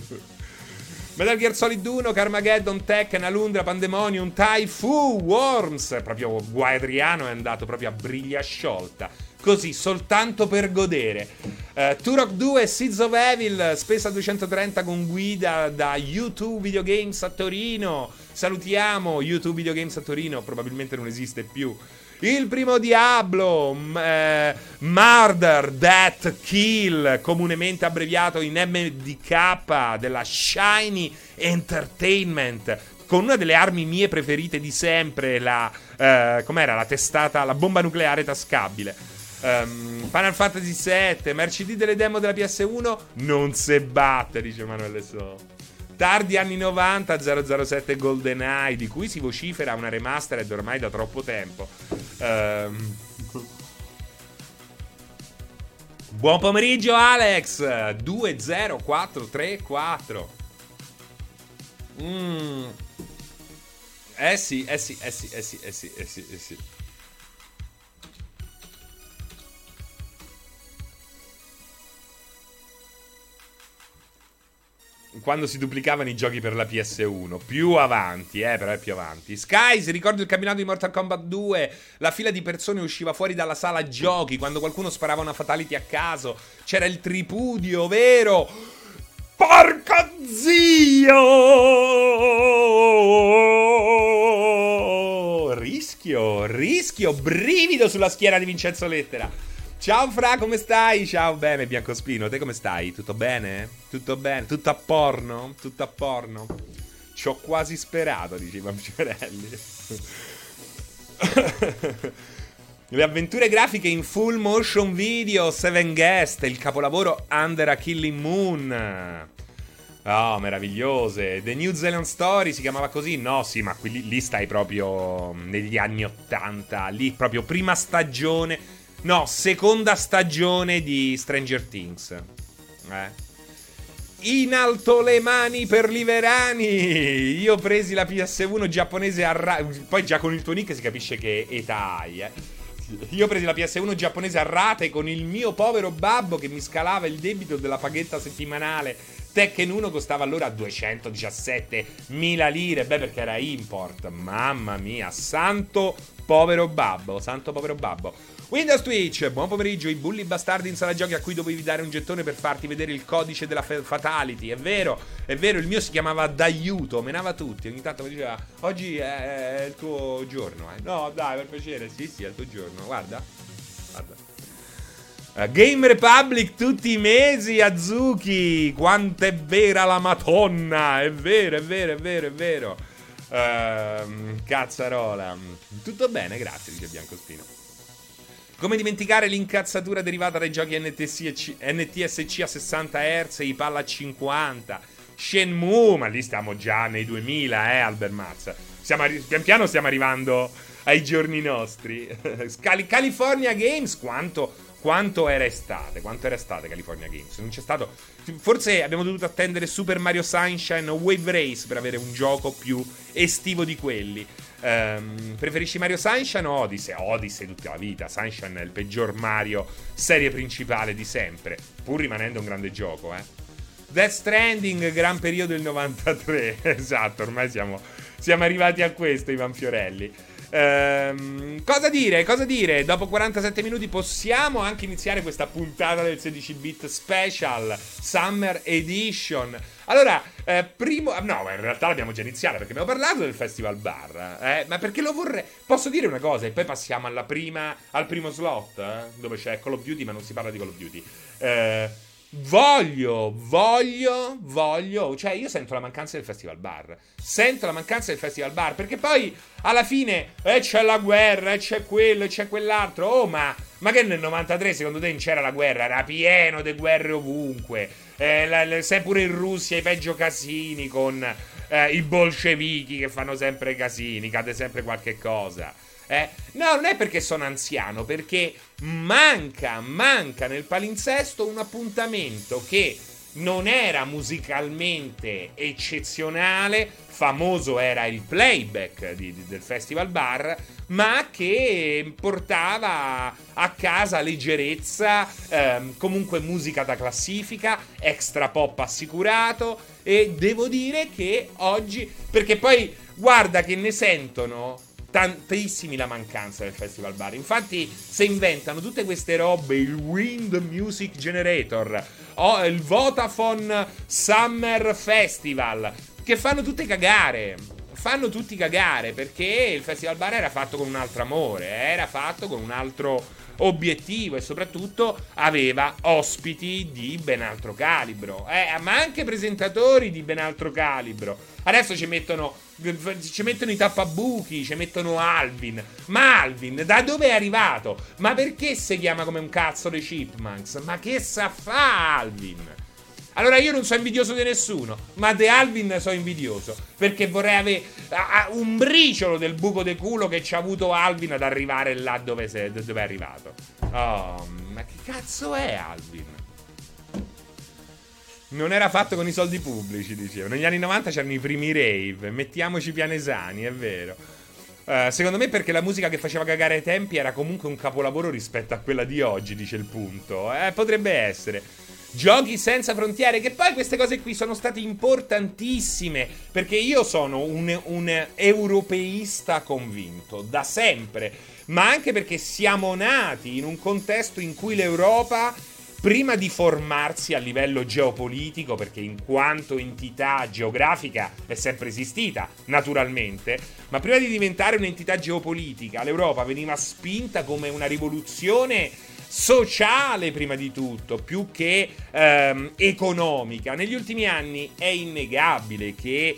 Metal Gear Solid uno, Carmageddon, Tekken, Alundra, Pandemonium, Typhoon, Worms. Proprio Guadriano è andato proprio a briglia sciolta. Così, soltanto per godere. uh, Turok due, Seeds of Evil, spesa duecentotrenta con guida da YouTube Videogames a Torino. Salutiamo YouTube Videogames a Torino, probabilmente non esiste più. Il primo Diablo, m- eh, Murder, Death, Kill, comunemente abbreviato in M D K, della Shiny Entertainment, con una delle armi mie preferite di sempre, la eh, com'era, la testata, la bomba nucleare tascabile. um, Final Fantasy sette, merci D delle demo della P S uno, non se batte, dice Emanuele So. Tardi anni novanta, zero zero sette GoldenEye, di cui si vocifera una remastered ormai da troppo tempo. Um... Buon pomeriggio Alex, due zero quattro tre quattro. Mm. Eh sì, eh sì, eh sì, eh sì, eh sì, eh sì, eh sì. Quando si duplicavano i giochi per la P S uno, più avanti, eh, però è più avanti. Skies, ricordo il camminato di Mortal Kombat due, la fila di persone usciva fuori dalla sala giochi quando qualcuno sparava una fatality a caso, c'era il tripudio, vero? Porco zio! Rischio, rischio, brivido sulla schiena di Vincenzo Lettera. Ciao Fra, come stai? Ciao, bene, Biancospino, te come stai? Tutto bene? Tutto bene? Tutto a porno? Tutto a porno? Ci ho quasi sperato, diceva Ciorelli. Le avventure grafiche in full motion video, Seven Guest, il capolavoro Under a Killing Moon. Oh, meravigliose. The New Zealand Story si chiamava così? No, sì, ma qui, lì stai proprio negli anni ottanta, lì proprio prima stagione. No, seconda stagione di Stranger Things. Eh. In alto le mani per Liverani. Io ho presi la P S uno giapponese a ra- poi già con il tuo nick si capisce che età hai, eh. Io ho preso la P S uno giapponese a rate con il mio povero babbo che mi scalava il debito della paghetta settimanale. Tekken uno costava allora duecentodiciassettemila lire. Beh, perché era import. Mamma mia, santo povero babbo, santo povero babbo. Windows Twitch, buon pomeriggio. I bulli bastardi in sala giochi a cui dovevi dare un gettone per farti vedere il codice della fatality. È vero, è vero, il mio si chiamava d'aiuto, menava tutti. Ogni tanto mi diceva, oggi è il tuo giorno, eh. No, dai, per piacere, sì, sì, è il tuo giorno. Guarda, guarda. uh, Game Republic tutti i mesi, Azuki. Quanto è vera la Madonna. È vero, è vero, è vero, è vero. uh, Cazzarola. Tutto bene, grazie, dice Biancospino. Come dimenticare l'incazzatura derivata dai giochi N T S C a sessanta hertz e i palla a cinquanta. Shenmue, ma lì stiamo già nei duemila, eh, Albert Mazza. Stiamo arri- pian piano stiamo arrivando ai giorni nostri. Cali- California Games, quanto, quanto era estate, quanto era estate California Games. Non c'è stato, forse abbiamo dovuto attendere Super Mario Sunshine o Wave Race per avere un gioco più estivo di quelli. Um, preferisci Mario Sunshine o Odyssey? Odyssey tutta la vita. Sunshine è il peggior Mario serie principale di sempre, pur rimanendo un grande gioco, eh. Death Stranding, gran periodo del novantatré. Esatto, ormai siamo, siamo arrivati a questo, Ivan Fiorelli. Ehm, cosa dire? Cosa dire? Dopo quarantasette minuti possiamo anche iniziare questa puntata del sedici bit special Summer Edition. Allora, eh, primo... No, in realtà l'abbiamo già iniziata perché abbiamo parlato del Festival Bar, eh? Ma perché lo vorrei... Posso dire una cosa e poi passiamo alla prima, al primo slot, eh? Dove c'è Call of Duty ma non si parla di Call of Duty. Eh... Voglio, voglio, voglio, cioè io sento la mancanza del Festival Bar, sento la mancanza del Festival Bar, perché poi alla fine eh, c'è la guerra, e c'è quello, e c'è quell'altro. Oh, ma, ma che nel novantatré secondo te non c'era la guerra? Era pieno di guerre ovunque, eh, la, la, sai pure in Russia i peggio casini con eh, i bolscevichi che fanno sempre casini, cade sempre qualche cosa. Eh? No, non è perché sono anziano, perché manca, manca nel palinsesto un appuntamento che non era musicalmente eccezionale, famoso era il playback di, di, del Festival Bar, ma che portava a casa leggerezza, ehm, comunque musica da classifica, extra pop assicurato, e devo dire che oggi, perché poi guarda che ne sentono tantissimi la mancanza del Festival Bar. Infatti se inventano tutte queste robe, il Wind Music Generator o il Vodafone Summer Festival, che fanno tutte cagare, fanno tutti cagare, perché il Festival Bar era fatto con un altro amore, era fatto con un altro obiettivo e soprattutto aveva ospiti di ben altro calibro, eh, ma anche presentatori di ben altro calibro. Adesso ci mettono ci mettono i tappabuchi, ci mettono Alvin. Ma Alvin da dove è arrivato? Ma perché si chiama come un cazzo dei Chipmunks? Ma che sa fa Alvin? Allora io non sono invidioso di nessuno, ma di Alvin sono invidioso, perché vorrei avere uh, un briciolo del buco de culo che ci ha avuto Alvin ad arrivare là dove, se, dove è arrivato. Oh, ma che cazzo è Alvin? Non era fatto con i soldi pubblici, dicevo. Negli anni novanta c'erano i primi rave, mettiamoci pianesani, è vero. Uh, secondo me perché la musica che faceva cagare ai tempi era comunque un capolavoro rispetto a quella di oggi, dice il punto. Eh, potrebbe essere. Giochi senza frontiere, che poi queste cose qui sono state importantissime, perché io sono un, un europeista convinto, da sempre, ma anche perché siamo nati in un contesto in cui l'Europa, prima di formarsi a livello geopolitico, perché in quanto entità geografica è sempre esistita, naturalmente, ma prima di diventare un'entità geopolitica, l'Europa veniva spinta come una rivoluzione sociale prima di tutto, più che ehm, economica. Negli ultimi anni è innegabile che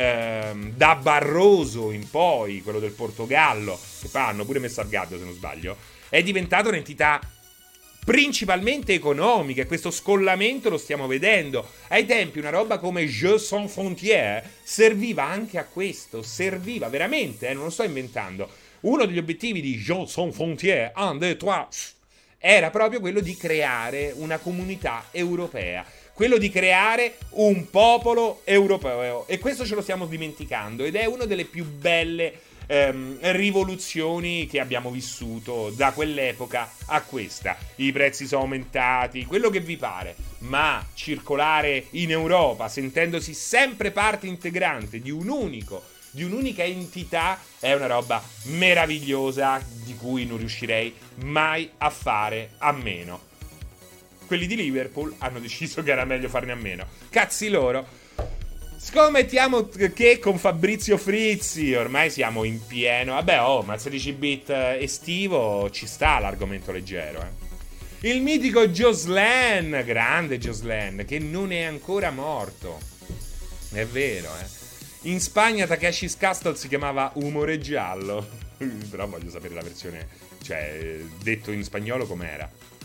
ehm, da Barroso in poi, quello del Portogallo, che poi hanno pure messo al gabbio se non sbaglio, è diventata un'entità principalmente economica, e questo scollamento lo stiamo vedendo. Ai tempi una roba come Jeux sans frontières serviva anche a questo, serviva veramente, eh, non lo sto inventando. Uno degli obiettivi di Jeux sans frontières, un, deux, trois, era proprio quello di creare una comunità europea, quello di creare un popolo europeo, e questo ce lo stiamo dimenticando, ed è una delle più belle ehm, rivoluzioni che abbiamo vissuto da quell'epoca a questa. I prezzi sono aumentati, quello che vi pare, ma circolare in Europa sentendosi sempre parte integrante di un unico di un'unica entità è una roba meravigliosa di cui non riuscirei mai a fare a meno. Quelli di Liverpool hanno deciso che era meglio farne a meno. Cazzi loro. Scommettiamo che con Fabrizio Frizzi ormai siamo in pieno. Vabbè, oh, ma il sedici bit estivo ci sta l'argomento leggero, eh. Il mitico Joslan, grande Joslan, che non è ancora morto. È vero, eh. In Spagna Takeshi's Castle si chiamava Umore Giallo. Però voglio sapere la versione, cioè, detto in spagnolo com'era.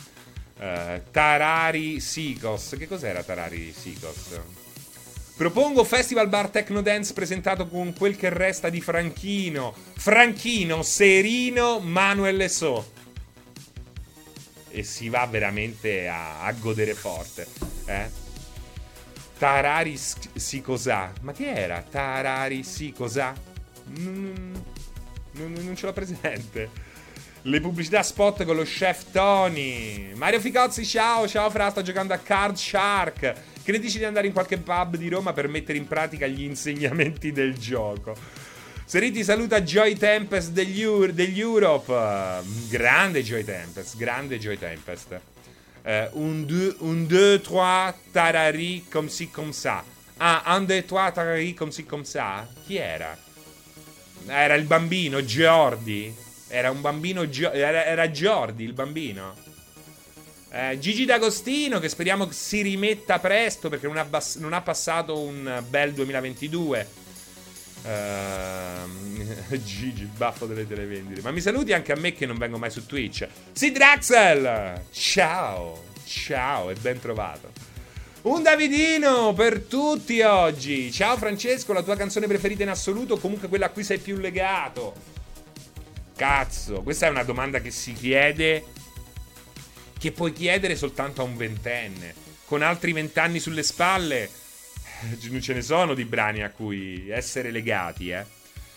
uh, Tarari Sikos. Che cos'era Tarari Sikos? Propongo Festival Bar Techno Dance presentato con quel che resta di Franchino Franchino, Serino, Manuel Lesò. e si va veramente a, a godere forte. Eh? Tarari si cos'ha? Ma che era? Tarari si cos'ha? Mm, non, non ce l'ho presente. Le pubblicità spot con lo chef Tony. Mario Ficozzi, ciao, ciao Fra, sto giocando a Card Shark. Che ne dici di andare in qualche pub di Roma per mettere in pratica gli insegnamenti del gioco? Seriti saluta Joy Tempest degli, Ur- degli Europe. Grande Joy Tempest, grande Joy Tempest. Uh, un, deux, un, deux, trois, tarari, comme si, comme ça. Ah, un, deux, trois, tarari, comme si, comme ça. Chi era? Era il bambino, Jordi. Era un bambino, Gio- era, era Jordi il bambino. Eh, Gigi D'Agostino, che speriamo si rimetta presto perché non ha, bas- non ha passato un bel duemilaventidue. Uh, Gigi, il baffo delle televendite. Ma mi saluti anche a me che non vengo mai su Twitch. Sid Draxel, ciao, ciao e ben trovato. Un Davidino per tutti oggi. Ciao Francesco, la tua canzone preferita in assoluto, comunque quella a cui sei più legato? Cazzo, questa è una domanda che si chiede, che puoi chiedere soltanto a un ventenne. Con altri vent'anni sulle spalle non ce ne sono di brani a cui essere legati, eh.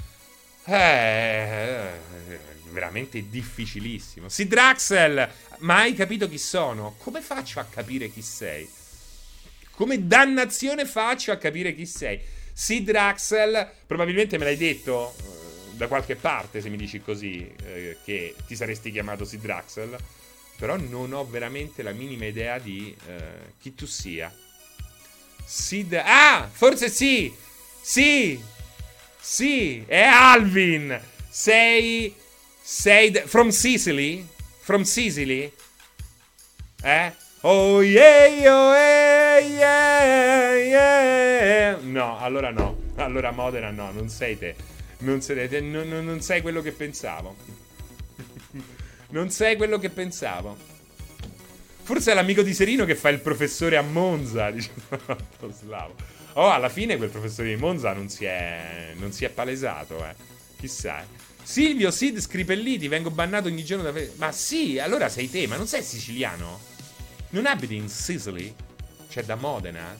Eh, veramente difficilissimo. Sì, Draxel, ma hai capito chi sono? Come faccio a capire chi sei? Come dannazione faccio a capire chi sei? Sì, Draxel, probabilmente me l'hai detto eh, da qualche parte, se mi dici così, eh, che ti saresti chiamato Sid Draxel, però non ho veramente la minima idea di eh, chi tu sia. Sid... Ah, forse sì! Sì! Sì, è Alvin! Sei... Sei... De... From Sicily? From Sicily? Eh? Oh yeah, oh yeah, yeah. No, allora no. Allora Modena no, non sei te. Non sei te, non, non, non sei quello che pensavo. Non sei quello che pensavo. Forse è l'amico di Serino che fa il professore a Monza, dice Slavo. Oh, alla fine quel professore di Monza non si è non si è palesato, eh. Chissà. Silvio Sid Scripelliti, vengo bannato ogni giorno da fe- Ma sì, allora sei te, ma non sei siciliano? Non abiti in Sicily? Cioè da Modena?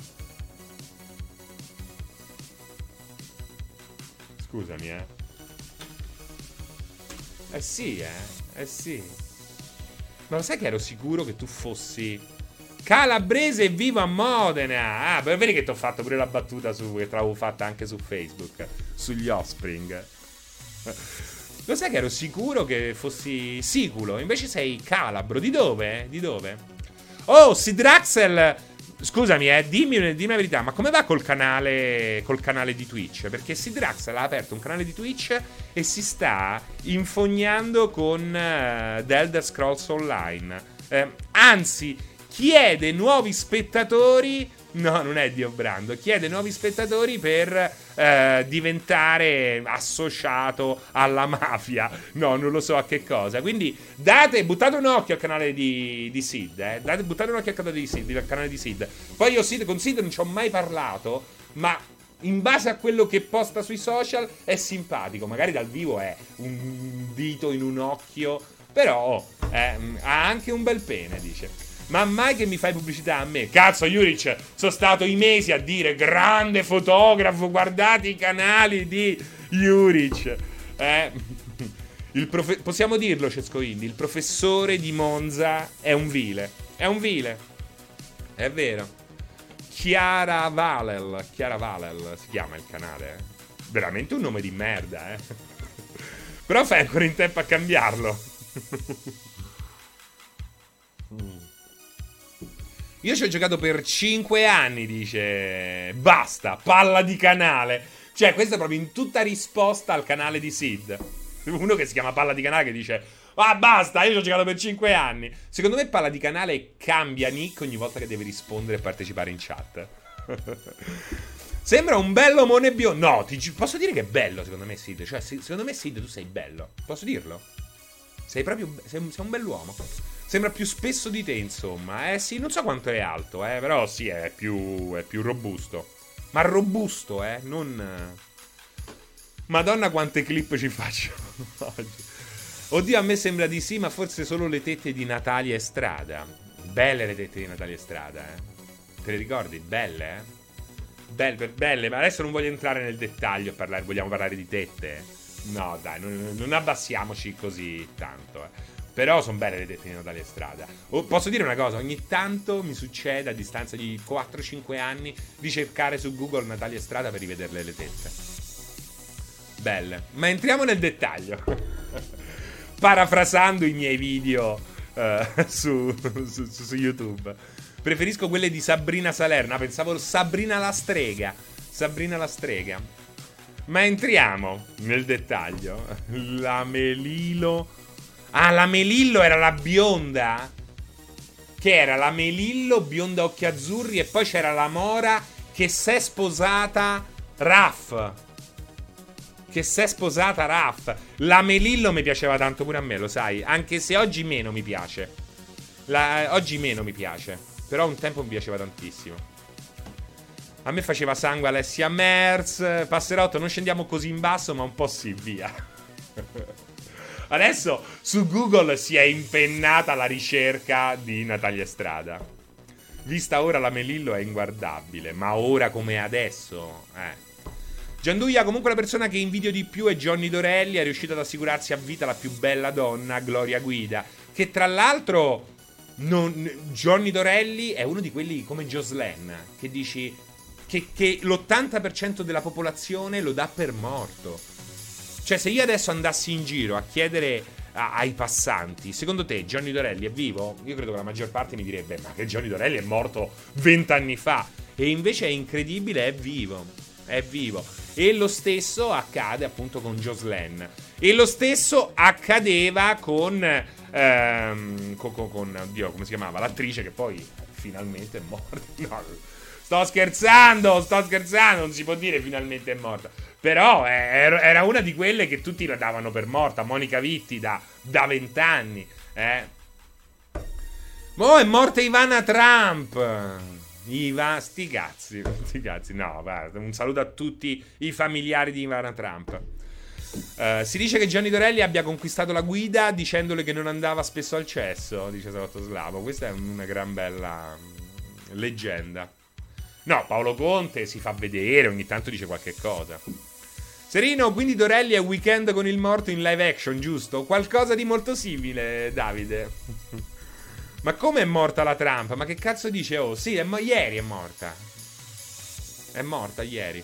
Scusami, eh. Eh sì, eh. Eh sì. Ma lo sai che ero sicuro che tu fossi calabrese e vivo a Modena? Ah, per vedi che ti ho fatto pure la battuta su, che te l'avevo fatta anche su Facebook, sugli Offspring. Lo sai che ero sicuro che fossi siculo, invece sei calabro. Di dove? Di dove? Oh, Sidraxel, scusami, eh, dimmi, dimmi la verità, ma come va col canale col canale di Twitch? Perché Sidraxel ha aperto un canale di Twitch e si sta infognando con uh, The Elder Scrolls Online. Eh, anzi, chiede nuovi spettatori. No, non è Dio Brando. Chiede nuovi spettatori per eh, diventare associato alla mafia. No, non lo so a che cosa. Quindi date, buttate un occhio al canale di, di Sid. Eh. Date, buttate un occhio al canale di Sid, al canale di Sid. Poi io Sid, con Sid non ci ho mai parlato, ma in base a quello che posta sui social è simpatico. Magari dal vivo è un dito in un occhio, però eh, ha anche un bel pene, dice. Ma mai che mi fai pubblicità a me? Cazzo, Juric, sono stato i mesi a dire grande fotografo, guardate i canali di Juric. Eh? Il profe- possiamo dirlo, Cesco Indi, il professore di Monza è un vile. È un vile. È vero. Chiara Valel, Chiara Valel si chiama il canale. Eh? Veramente un nome di merda, eh. Però fai ancora in tempo a cambiarlo. mm. Io ci ho giocato per cinque anni, dice. Basta, palla di canale. Cioè, questa è proprio in tutta risposta al canale di Sid. Uno che si chiama palla di canale che dice: ah, basta, io ci ho giocato per cinque anni. Secondo me palla di canale cambia nick ogni volta che deve rispondere e partecipare in chat. Sembra un bello mone biondo. No, ti, posso dire che è bello secondo me Sid. Cioè, secondo me Sid tu sei bello. Posso dirlo? Sei proprio, sei, sei un bell'uomo. Sembra più spesso di te, insomma. Eh sì, non so quanto è alto, eh, però sì, è più, è più robusto. Ma robusto, eh, non... Madonna quante clip ci faccio oggi. Oddio, a me sembra di sì, ma forse solo le tette di Natalia Estrada. Belle le tette di Natalia Estrada, eh. Te le ricordi? Belle, eh? Belle, belle, ma adesso non voglio entrare nel dettaglio a parlare, vogliamo parlare di tette. No, dai, non, non abbassiamoci così tanto, eh. Però sono belle le tette di Natalia Estrada. Oh, posso dire una cosa, ogni tanto mi succede a distanza di quattro cinque anni di cercare su Google Natalia Estrada per rivederle le tette. Belle. Ma entriamo nel dettaglio. Parafrasando i miei video uh, su, su, su, su YouTube. Preferisco quelle di Sabrina Salerno. Ah, pensavo Sabrina la strega. Sabrina la strega. Ma entriamo nel dettaglio. La Melillo. Ah, la Melillo era la bionda? Che era la Melillo, bionda occhi azzurri. E poi c'era la Mora che si è sposata Raff. Che si è sposata Raff. La Melillo mi piaceva tanto pure a me, lo sai. Anche se oggi meno mi piace. La, oggi meno mi piace. Però un tempo mi piaceva tantissimo. A me faceva sangue Alessia Merz. Passerotto, non scendiamo così in basso, ma un po' sì, via. Adesso su Google si è impennata la ricerca di Natalia Estrada. Vista ora la Melillo è inguardabile. Ma ora come adesso, eh. Gianduia, comunque la persona che invidio di più è Johnny Dorelli. È riuscito ad assicurarsi a vita la più bella donna, Gloria Guida. Che tra l'altro non, Johnny Dorelli è uno di quelli come Jocelyn, che dici che, che l'ottanta per cento della popolazione lo dà per morto. Cioè, se io adesso andassi in giro a chiedere a, ai passanti, secondo te Johnny Dorelli è vivo? Io credo che la maggior parte mi direbbe, ma che Johnny Dorelli è morto vent'anni fa. E invece è incredibile, è vivo. È vivo. E lo stesso accade appunto con Jocelyn. E lo stesso accadeva con ehm, con, con, con oddio, come si chiamava? L'attrice che poi finalmente è morta. No, sto scherzando, sto scherzando, non si può dire finalmente è morta. Però era una di quelle che tutti la davano per morta. Monica Vitti da vent'anni, eh. Mo' è morta Ivana Trump. Iva, sti cazzi, sti cazzi. No, guarda, un saluto a tutti i familiari di Ivana Trump. Uh, si dice che Gianni Dorelli abbia conquistato la Guida dicendole che non andava spesso al cesso, dice Salotto Slavo. Questa è una gran bella leggenda. No, Paolo Conte si fa vedere, ogni tanto dice qualche cosa. Serino, quindi Dorelli è Weekend con il morto in live action, giusto? Qualcosa di molto simile, Davide. Ma come è morta la Trump? Ma che cazzo dice? Oh, sì, è mo- ieri è morta. È morta ieri.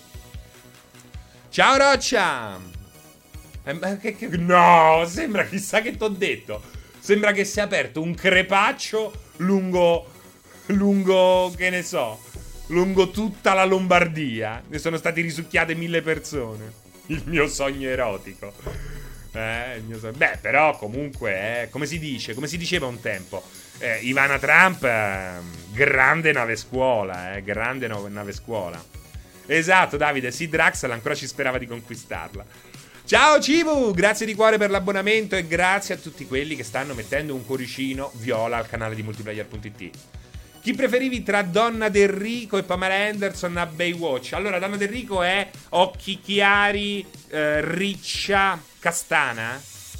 Ciao Roccia. Eh, che, che, no, sembra, chissà che t'ho detto. Sembra che si è aperto un crepaccio lungo, lungo, che ne so, lungo tutta la Lombardia. Ne sono stati risucchiate mille persone. Il mio sogno erotico. Eh, il mio sogno. Beh, però comunque, eh, come si dice, come si diceva un tempo, eh, Ivana Trump, eh, grande nave scuola, eh, grande no- nave scuola. Esatto, Davide, sì, Draxel ancora ci sperava di conquistarla. Ciao Civu, grazie di cuore per l'abbonamento e grazie a tutti quelli che stanno mettendo un cuoricino viola al canale di multiplayer punto it. Chi preferivi tra Donna Del Rico e Pamela Anderson a Baywatch? Allora, Donna Del Rico è occhi chiari, eh, riccia, castana.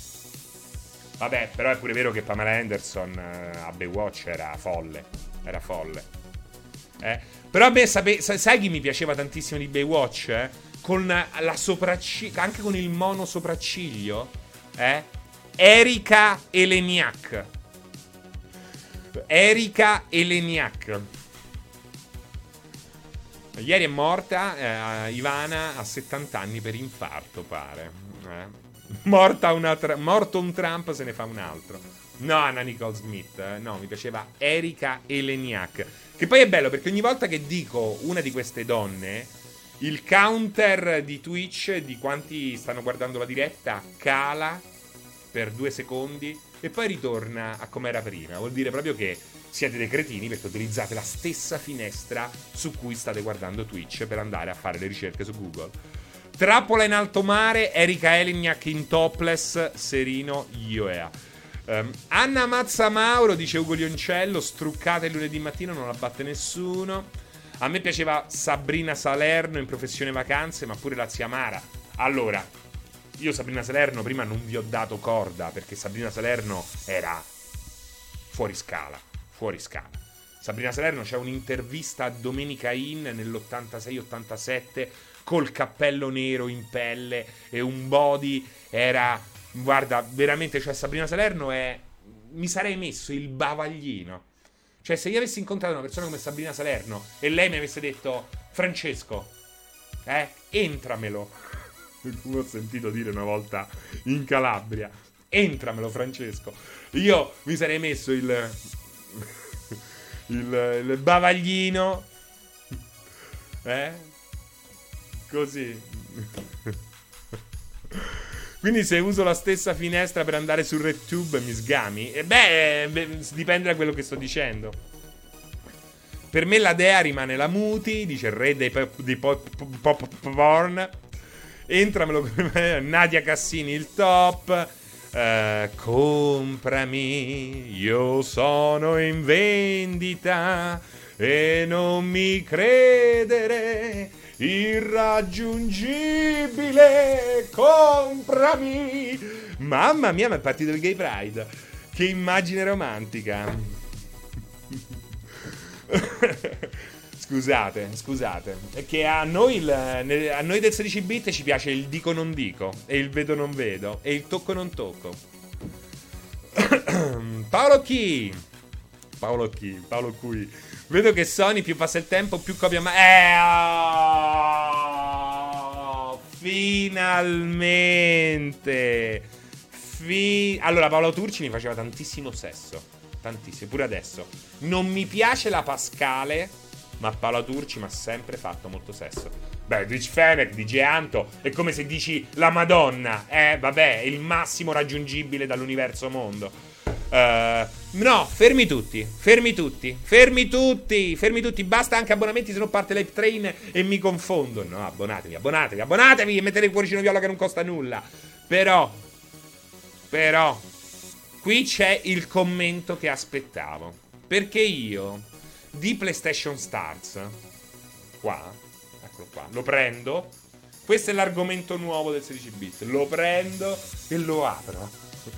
Vabbè, però è pure vero che Pamela Anderson eh, a Baywatch era folle. Era folle. Eh? Però a me, sape- sai chi mi piaceva tantissimo di Baywatch? Eh? Con la sopracciglio, anche con il mono sopracciglio. Eh? Erika Eleniak. Erika Eleniak. Ieri è morta eh, Ivana a settanta anni per infarto, pare. Eh? Morta una tra- morto un Trump, se ne fa un altro. No, Anna Nicole Smith. Eh? No, mi piaceva Erika Eleniak. Che poi è bello perché ogni volta che dico una di queste donne, il counter di Twitch di quanti stanno guardando la diretta cala per due secondi e poi ritorna a come era prima. Vuol dire proprio che siete dei cretini perché utilizzate la stessa finestra su cui state guardando Twitch per andare a fare le ricerche su Google. Trappola in alto mare, Erika Eleniak in topless, Serino Ioea. um, Anna Mazza Mauro, dice Ugo Lioncello, struccata il lunedì mattino, non la batte nessuno. A me piaceva Sabrina Salerno in Professione Vacanze, ma pure la zia Mara. Allora, io Sabrina Salerno prima non vi ho dato corda, perché Sabrina Salerno era fuori scala, fuori scala. Sabrina Salerno, c'è un'intervista a Domenica In nell'ottantasei ottantasette col cappello nero in pelle e un body, era, guarda, veramente, cioè Sabrina Salerno è, mi sarei messo il bavaglino. Cioè, se io avessi incontrato una persona come Sabrina Salerno e lei mi avesse detto: Francesco, eh, entramelo. L'ho sentito dire una volta in Calabria: entramelo, Francesco. Io mi sarei messo il il, il bavaglino, eh, così. Quindi se uso la stessa finestra per andare su RedTube mi sgami? E beh, beh, dipende da quello che sto dicendo. Per me la dea rimane la Muti, dice il re dei pop, dei pop, pop porn. Entramelo con me, Nadia Cassini il top. Uh, comprami, io sono in vendita e non mi credere irraggiungibile, comprami. Mamma mia, ma è partito il Gay Pride, che immagine romantica. Scusate, scusate, è che a noi, il, a noi del sedici bit ci piace il dico non dico, e il vedo non vedo, e il tocco non tocco. Paolo chi? Paolo chi? Paolo qui. Vedo che Sony più passa il tempo più copia ma... Eh, oh, finalmente. Fi... Allora, Paolo Turci mi faceva tantissimo sesso, tantissimo, pure adesso. Non mi piace la Pascale, ma Paolo Turci mi ha sempre fatto molto sesso. Beh, Rich Fenech, D J Anto, è come se dici la Madonna. Eh, vabbè, è il massimo raggiungibile dall'universo mondo. Uh, no, fermi tutti, fermi tutti, fermi tutti, fermi tutti. Basta anche abbonamenti, se no parte l'Hype Train e mi confondo. No, abbonatevi, abbonatevi, abbonatevi e mettete il cuoricino viola che non costa nulla. Però, però, qui c'è il commento che aspettavo. Perché io... di PlayStation Stars, qua, eccolo qua, lo prendo. Questo è l'argomento nuovo del sedici bit. Lo prendo e lo apro.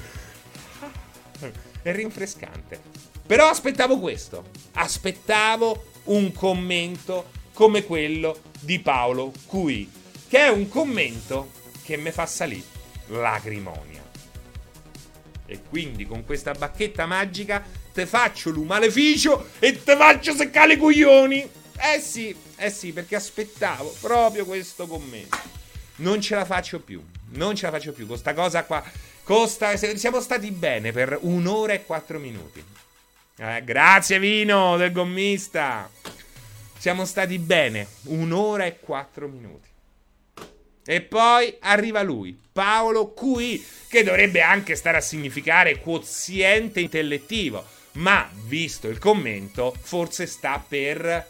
È rinfrescante. Però aspettavo questo. Aspettavo un commento come quello di Paolo Cui, che è un commento che mi fa salire lacrimonia. E quindi con questa bacchetta magica te faccio l'u maleficio e te faccio seccare i coglioni. Eh sì, eh sì, perché aspettavo proprio questo commento. Non ce la faccio più, non ce la faccio più con sta cosa qua. Costa, siamo stati bene per un'ora e quattro minuti. Eh, grazie Vino del gommista. Siamo stati bene un'ora e quattro minuti. E poi arriva lui, Paolo Cui, che dovrebbe anche stare a significare quoziente intellettivo. Ma, visto il commento, forse sta per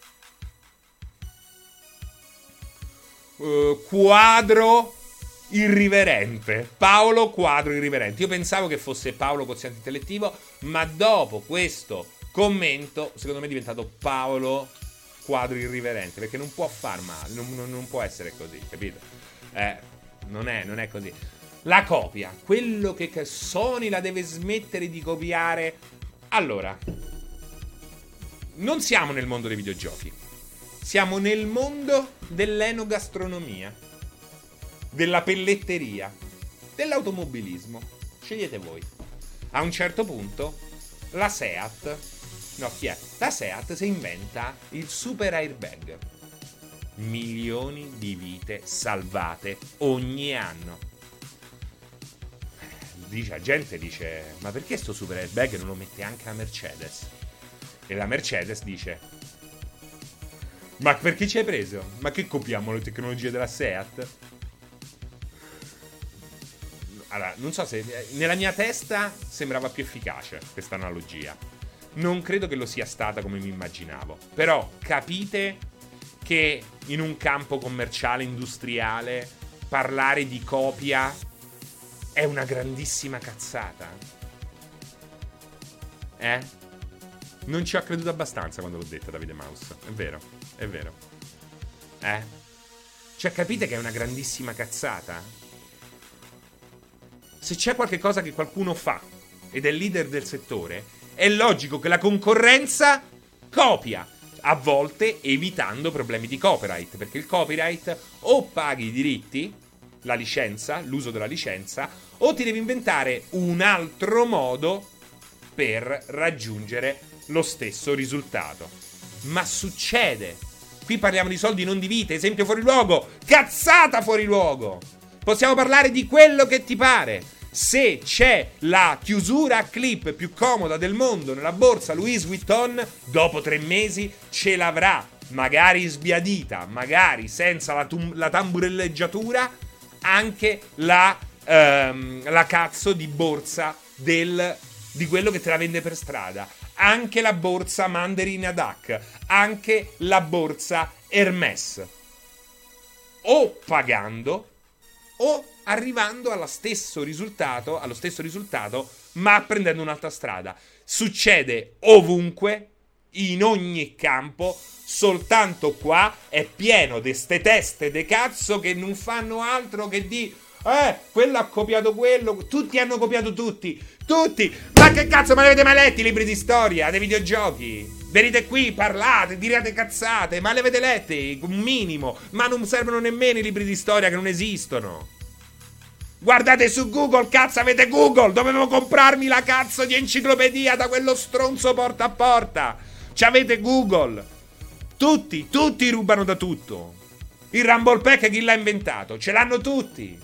uh, quadro irriverente. Paolo quadro irriverente. Io pensavo che fosse Paolo quoziente intellettivo, ma dopo questo commento, secondo me è diventato Paolo quadro irriverente, perché non può far male, non, non, non può essere così, capito? Eh, non è, non è così. La copia, quello che Sony la deve smettere di copiare. Allora, non siamo nel mondo dei videogiochi, siamo nel mondo dell'enogastronomia, della pelletteria, dell'automobilismo. Scegliete voi. A un certo punto la Seat, no chi è? La Seat si inventa il super airbag. Milioni di vite salvate ogni anno. Dice, la gente dice: ma perché sto super airbag non lo mette anche la Mercedes? E la Mercedes dice: ma perché ci hai preso? Ma che copiamo le tecnologie della Seat? Allora, non so se nella mia testa sembrava più efficace questa analogia. Non credo che lo sia stata come mi immaginavo. Però capite che in un campo commerciale, industriale, parlare di copia è una grandissima cazzata. Eh? Non ci ho creduto abbastanza quando l'ho detto, Davide Mouse. È vero, è vero. Eh? Cioè, capite che è una grandissima cazzata? se c'è qualche cosa che qualcuno fa ed è leader del settore, è logico che la concorrenza copia, a volte evitando problemi di copyright, perché il copyright o paghi i diritti, la licenza, l'uso della licenza, o ti devi inventare un altro modo per raggiungere lo stesso risultato. Ma succede. Qui parliamo di soldi, non di vite. Esempio fuori luogo. Cazzata fuori luogo. Possiamo parlare di quello che ti pare. Se c'è la chiusura a clip più comoda del mondo nella borsa Louis Vuitton, dopo tre mesi ce l'avrà, magari sbiadita, magari senza la, tum- la tamburelleggiatura, anche la, ehm, la cazzo di borsa del, di quello che te la vende per strada, anche la borsa Mandarin Adak, anche la borsa Hermès, o pagando o arrivando allo stesso risultato, allo stesso risultato, ma prendendo un'altra strada. Succede ovunque, in ogni campo, soltanto qua è pieno di ste teste de cazzo che non fanno altro che di eh, quello ha copiato quello, tutti hanno copiato tutti, tutti. Ma che cazzo, ma li avete mai letti i libri di storia dei videogiochi? Venite qui, parlate, direte cazzate, ma li avete letti? Un minimo, ma non servono nemmeno i libri di storia che non esistono. Guardate su Google, cazzo, avete Google, dovevo comprarmi la cazzo di enciclopedia da quello stronzo porta a porta. C'avete Google. Tutti, tutti rubano da tutto. Il Rumble Pack chi l'ha inventato? Ce l'hanno tutti.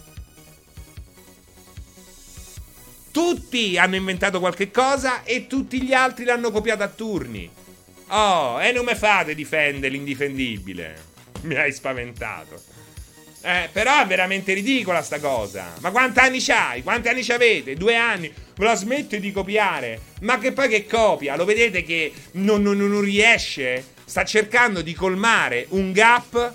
Tutti hanno inventato qualche cosa e tutti gli altri l'hanno copiata a turni. Oh, e non me fate difendere l'indifendibile. Mi hai spaventato. Eh, però è veramente ridicola sta cosa. Ma quanti anni c'hai? Quanti anni c'avete? Due anni? Me la smette di copiare? Ma che poi che copia? Lo vedete che non, non, non riesce? Sta cercando di colmare un gap.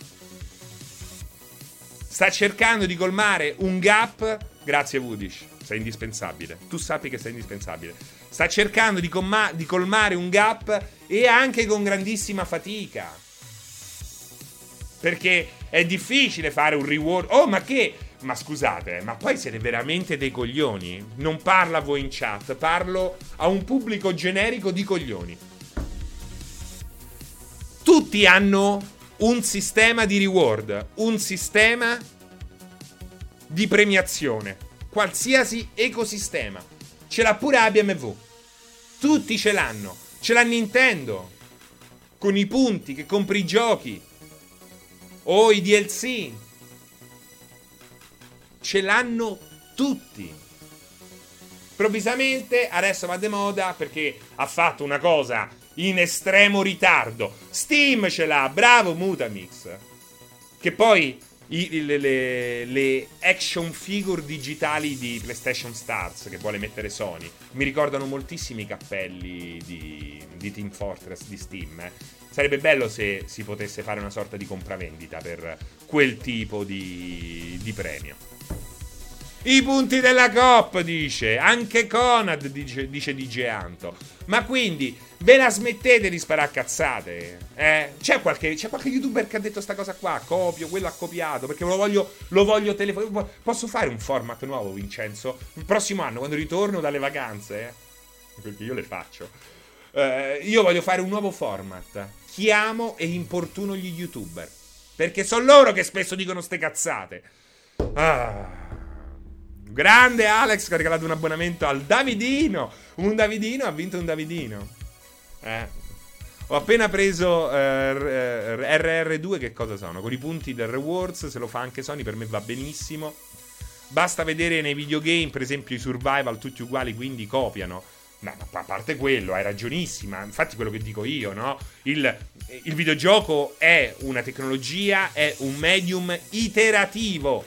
Sta cercando di colmare un gap. Grazie Vudish, sei indispensabile. Tu sappi che sei indispensabile. Sta cercando di, comma- di colmare un gap e anche con grandissima fatica. Perché è difficile fare un reward. Oh, ma che? Ma scusate, ma poi siete veramente dei coglioni? Non parlo a voi in chat, parlo a un pubblico generico di coglioni. Tutti hanno un sistema di reward, un sistema di premiazione. Qualsiasi ecosistema. Ce l'ha pure la B M W. Tutti ce l'hanno. Ce l'ha Nintendo. Con i punti che compri i giochi. O i D L C. Ce l'hanno tutti. Improvvisamente adesso va de moda perché ha fatto una cosa in estremo ritardo. Steam ce l'ha, bravo Mutamix. Che poi i, le, le, le action figure digitali di PlayStation Stars che vuole mettere Sony mi ricordano moltissimi i cappelli di, di Team Fortress di Steam, eh. Sarebbe bello se si potesse fare una sorta di compravendita per quel tipo di, di premio. I punti della Coop, dice. Anche Conad, dice, dice D J Anto. Ma quindi, ve la smettete di sparare cazzate? Eh? C'è qualche, c'è qualche youtuber che ha detto sta cosa qua? Copio, quello ha copiato, perché lo voglio, lo voglio telefonare. Posso fare un format nuovo, Vincenzo? Il prossimo anno, quando ritorno dalle vacanze, eh? Perché io le faccio. Eh, io voglio fare un nuovo format. Chiamo e importuno gli youtuber. Perché sono loro che spesso dicono ste cazzate. Ah... Grande Alex che ha regalato un abbonamento al Davidino. Un Davidino, ha vinto un Davidino. Eh. Ho appena preso eh, R R due, che cosa sono? Con i punti del Rewards, se lo fa anche Sony per me va benissimo. Basta vedere nei videogame, per esempio i survival tutti uguali, quindi copiano. Ma a parte quello, hai ragionissima. Infatti quello che dico io, no? Il, il videogioco è una tecnologia, è un medium iterativo.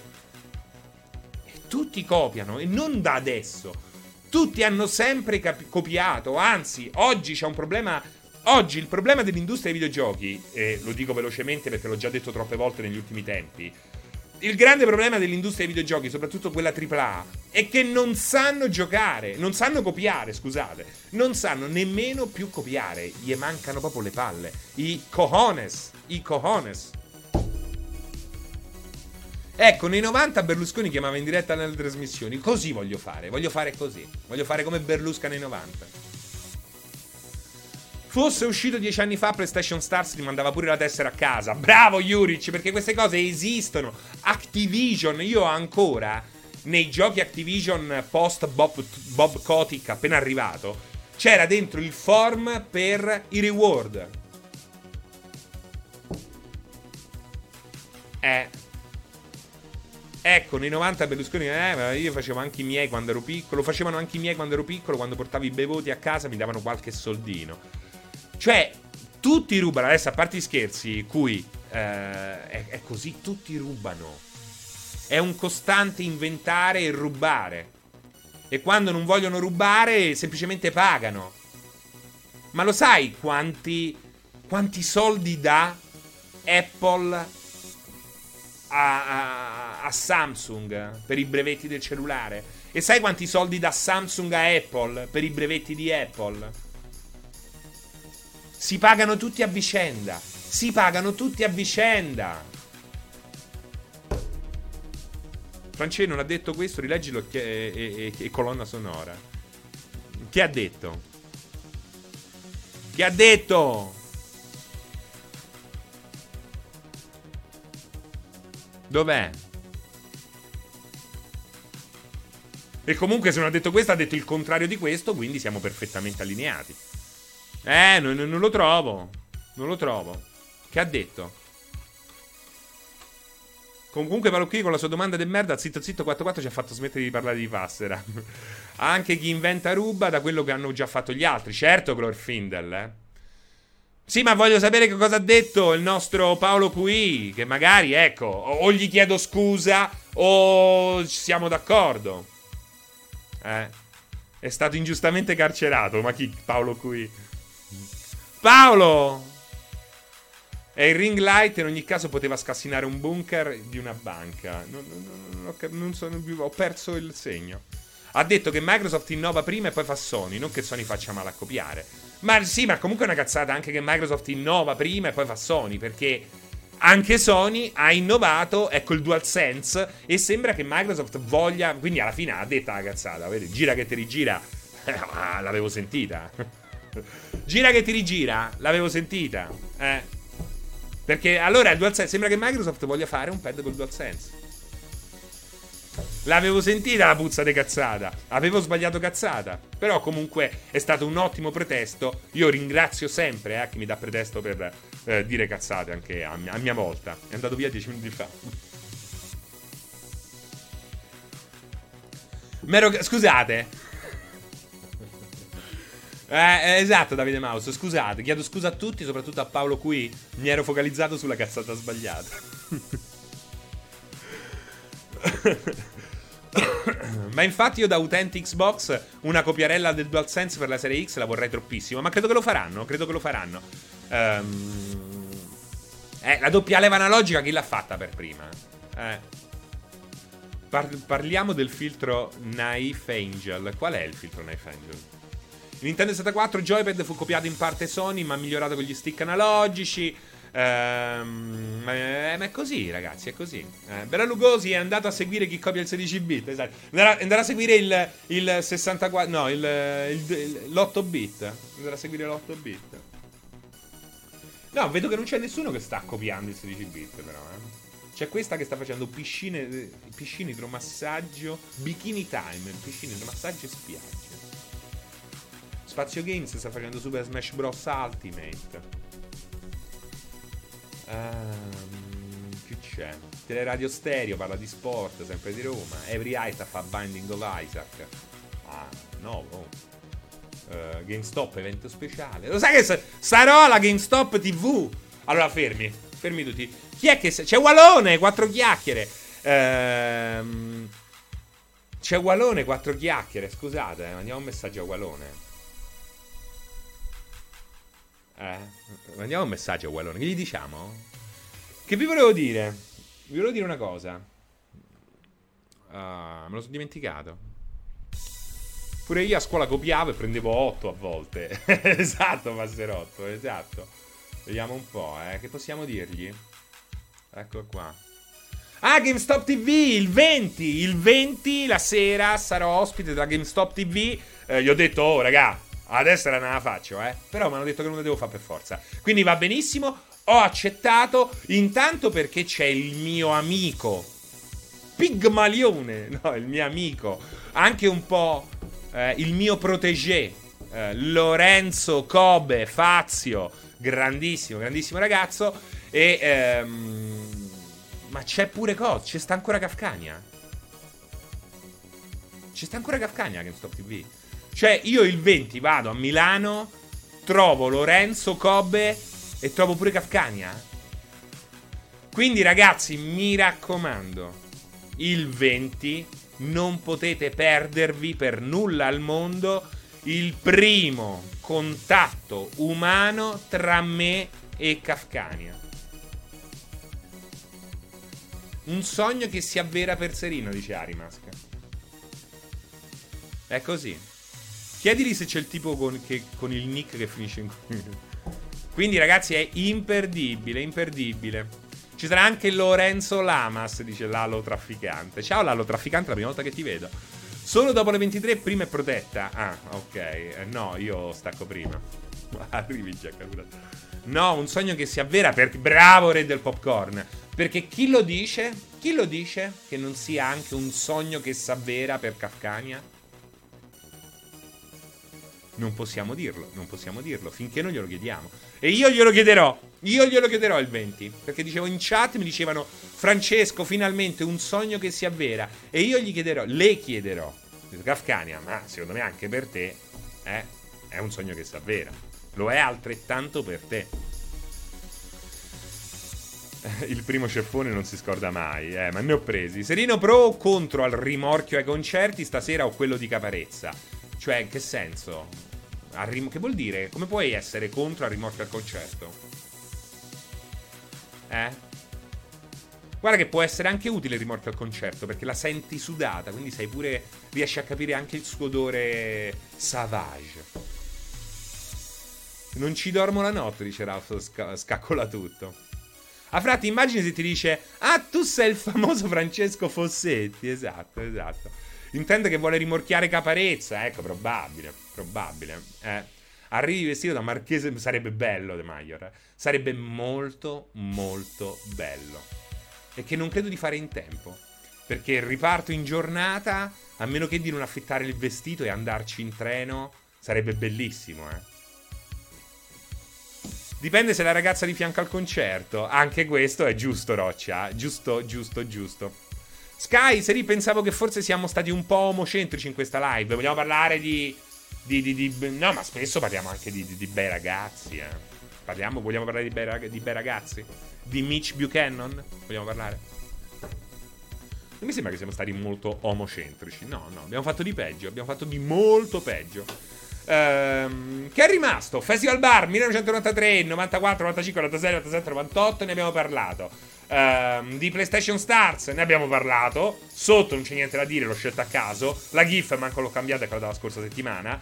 Tutti copiano, e non da adesso. Tutti hanno sempre capi- copiato. Anzi, oggi c'è un problema. Oggi il problema dell'industria dei videogiochi, e lo dico velocemente perché l'ho già detto troppe volte negli ultimi tempi, il grande problema dell'industria dei videogiochi, soprattutto quella tripla A, è che non sanno giocare, non sanno copiare, scusate, non sanno nemmeno più copiare, gli mancano proprio le palle, i cojones, i cojones. Ecco, nei novanta Berlusconi chiamava in diretta nelle trasmissioni. Così voglio fare, voglio fare così. Voglio fare come Berlusca nei novanta. Fosse uscito dieci anni fa PlayStation Stars ti mandava pure la tessera a casa. Bravo Juric, perché queste cose esistono. Activision, io ho ancora nei giochi Activision post Bob, Bob Kotick appena arrivato, c'era dentro il form per i reward. Eh Ecco, nei novanta Berlusconi, eh, io facevo anche i miei quando ero piccolo. Facevano anche i miei quando ero piccolo. Quando portavo i bevoti a casa mi davano qualche soldino. Cioè, tutti rubano. Adesso, a parte i scherzi, cui eh, è, è così, tutti rubano. È un costante inventare e rubare. E quando non vogliono rubare, semplicemente pagano. Ma lo sai quanti, quanti soldi dà Apple A, a, a Samsung per i brevetti del cellulare? E sai quanti soldi dà Samsung a Apple per i brevetti di Apple? Si pagano tutti a vicenda. Si pagano tutti a vicenda. Francesco non ha detto questo, rileggilo e, e, e colonna sonora. Chi ha detto? Chi ha detto? Dov'è? E comunque se non ha detto questo ha detto il contrario di questo, quindi siamo perfettamente allineati. Eh, non, non lo trovo. Non lo trovo. Che ha detto? Comunque Paolo qui con la sua domanda del merda, zitto zitto quattro quattro ci ha fatto smettere di parlare di Passera. Anche chi inventa ruba da quello che hanno già fatto gli altri. Certo, Glorfindel, eh. Sì, ma voglio sapere che cosa ha detto il nostro Paolo Q I, che magari, ecco, o gli chiedo scusa o siamo d'accordo. Eh, è stato ingiustamente carcerato, ma chi? Paolo Q I. Paolo! E il ring light in ogni caso poteva scassinare un bunker di una banca. Non, non, non, ho, non sono più, ho perso il segno. Ha detto che Microsoft innova prima e poi fa Sony, non che Sony faccia male a copiare. Ma sì, ma comunque è una cazzata anche che Microsoft innova prima e poi fa Sony, perché anche Sony ha innovato, ecco, il DualSense, e sembra che Microsoft voglia, quindi alla fine ha detto la cazzata, vedi, gira che ti rigira, ah, l'avevo sentita. Gira che ti rigira, l'avevo sentita, eh. Perché allora il DualSense, sembra che Microsoft voglia fare un pad col DualSense. L'avevo sentita la puzza di cazzata. Avevo sbagliato cazzata. Però comunque è stato un ottimo pretesto. Io ringrazio sempre eh, chi mi dà pretesto per eh, dire cazzate anche a mia, a mia volta. È andato via dieci minuti fa. Mero... Scusate. Eh, esatto, Davide Mouse. Scusate, chiedo scusa a tutti, soprattutto a Paolo qui. Mi ero focalizzato sulla cazzata sbagliata. Ma infatti io da utente Xbox una copiarella del DualSense per la serie X la vorrei troppissimo. Ma credo che lo faranno, credo che lo faranno. um, Eh, la doppia leva analogica chi l'ha fatta per prima? Eh Par- Parliamo del filtro Knife Angel. Qual è il filtro Knife Angel? Il Nintendo sessantaquattro Joypad fu copiato in parte Sony, ma migliorato con gli stick analogici. Ehm, ma, è, ma è così, ragazzi, è così. eh, Bella Lugosi è andato a seguire chi copia il sedici bit. Esatto. Andrà, andrà a seguire il, il sessantaquattro. No, il, il, il, l'otto bit. Andrà a seguire l'otto bit. No, vedo che non c'è nessuno che sta copiando il sedici bit, però, eh. C'è questa che sta facendo piscine, piscine idromassaggio, bikini time, piscine idromassaggio e spiagge. Spazio Games sta facendo Super Smash Bros. Ultimate. Um, che c'è? Teleradio Stereo parla di sport, sempre di Roma. Every Eye fa Binding of Isaac. Ah, no, oh. uh, GameStop evento speciale. Lo sai che sa- sarò alla GameStop T V? Allora fermi, fermi tutti. Chi è che sa- c'è Walone, quattro chiacchiere. Ehm C'è Walone, quattro chiacchiere. Scusate, eh, mandiamo un messaggio a Walone. Eh, mandiamo un messaggio a Wallone. Che gli diciamo? Che vi volevo dire? Vi volevo dire una cosa. Ah, me lo sono dimenticato. Pure io a scuola copiavo e prendevo otto a volte. Esatto, Passerotto, esatto. Vediamo un po', eh. Che possiamo dirgli? Ecco qua. Ah, GameStop T V, il venti, il venti la sera sarò ospite della GameStop T V. Eh, gli ho detto, oh raga, adesso non la faccio, eh. Però mi hanno detto che non la devo fare per forza. Quindi va benissimo, ho accettato, intanto perché c'è il mio amico Pigmalione, no, il mio amico, anche un po' eh, il mio protégé, eh, Lorenzo Kobe Fazio, grandissimo, grandissimo ragazzo, e... Ehm, ma c'è pure cosa, c'è sta ancora Kafkania. C'è sta ancora Kafkania GameStop T V. Cioè io il venti vado a Milano, trovo Lorenzo Kobe e trovo pure Kafkania. Quindi ragazzi, mi raccomando, il venti non potete perdervi per nulla al mondo il primo contatto umano tra me e Kafkania. Un sogno che si avvera per Serino, dice Arimask. È così. Chiedili se c'è il tipo con, che, con il nick che finisce in... Quindi ragazzi è imperdibile, imperdibile. Ci sarà anche Lorenzo Lamas, dice Lalo Trafficante. Ciao Lalo Trafficante, la prima volta che ti vedo. Solo dopo le ventitré prima è protetta. Ah, ok. Eh, no, io stacco prima. Arrivi già, no, un sogno che si avvera per... Bravo Re del Popcorn. Perché chi lo dice? Chi lo dice che non sia anche un sogno che s'avvera per Kafkania? Non possiamo dirlo, non possiamo dirlo, finché non glielo chiediamo. E io glielo chiederò, io glielo chiederò il venti. Perché dicevo in chat, mi dicevano Francesco, finalmente un sogno che si avvera. E io gli chiederò, le chiederò, Kafkania, ma secondo me anche per te eh, è un sogno che si avvera. Lo è altrettanto per te. Il primo ceffone non si scorda mai, eh, ma ne ho presi. Serino pro o contro al rimorchio ai concerti stasera o quello di Caparezza? Cioè, che senso? Rim- che vuol dire? Come puoi essere contro al rimorchio al concerto? Eh? Guarda che può essere anche utile il rimorchio al concerto, perché la senti sudata, quindi sai pure, riesci a capire anche il suo odore savage. Non ci dormo la notte, dice Ralph, sc- scaccola tutto. A fratti, immagini se ti dice: ah, tu sei il famoso Francesco Fossetti. Esatto, esatto. Intende che vuole rimorchiare Caparezza. Ecco, probabile, probabile. Eh. Arrivi vestito da marchese, sarebbe bello De Maior. Eh. Sarebbe molto, molto bello. E che non credo di fare in tempo. Perché riparto in giornata, a meno che di non affittare il vestito e andarci in treno, sarebbe bellissimo, eh. Dipende se la ragazza di fianco al concerto. Anche questo è giusto, Roccia. Giusto, giusto, giusto. Sky, se ripensavo che forse siamo stati un po' omocentrici in questa live. Vogliamo parlare di... di, di, di no, ma spesso parliamo anche di, di, di bei ragazzi, eh. Parliamo, vogliamo parlare di bei, di bei ragazzi? Di Mitch Buchanan? Vogliamo parlare? Non mi sembra che siamo stati molto omocentrici. No, no, abbiamo fatto di peggio. Abbiamo fatto di molto peggio. Um, che è rimasto? Festival Bar millenovecentonovantatré, novantaquattro, novantacinque, novantasei, novantasette, novantotto. Ne abbiamo parlato. um, Di PlayStation Stars ne abbiamo parlato. Sotto non c'è niente da dire, l'ho scelto a caso. La GIF manco l'ho cambiata, è quella della scorsa settimana.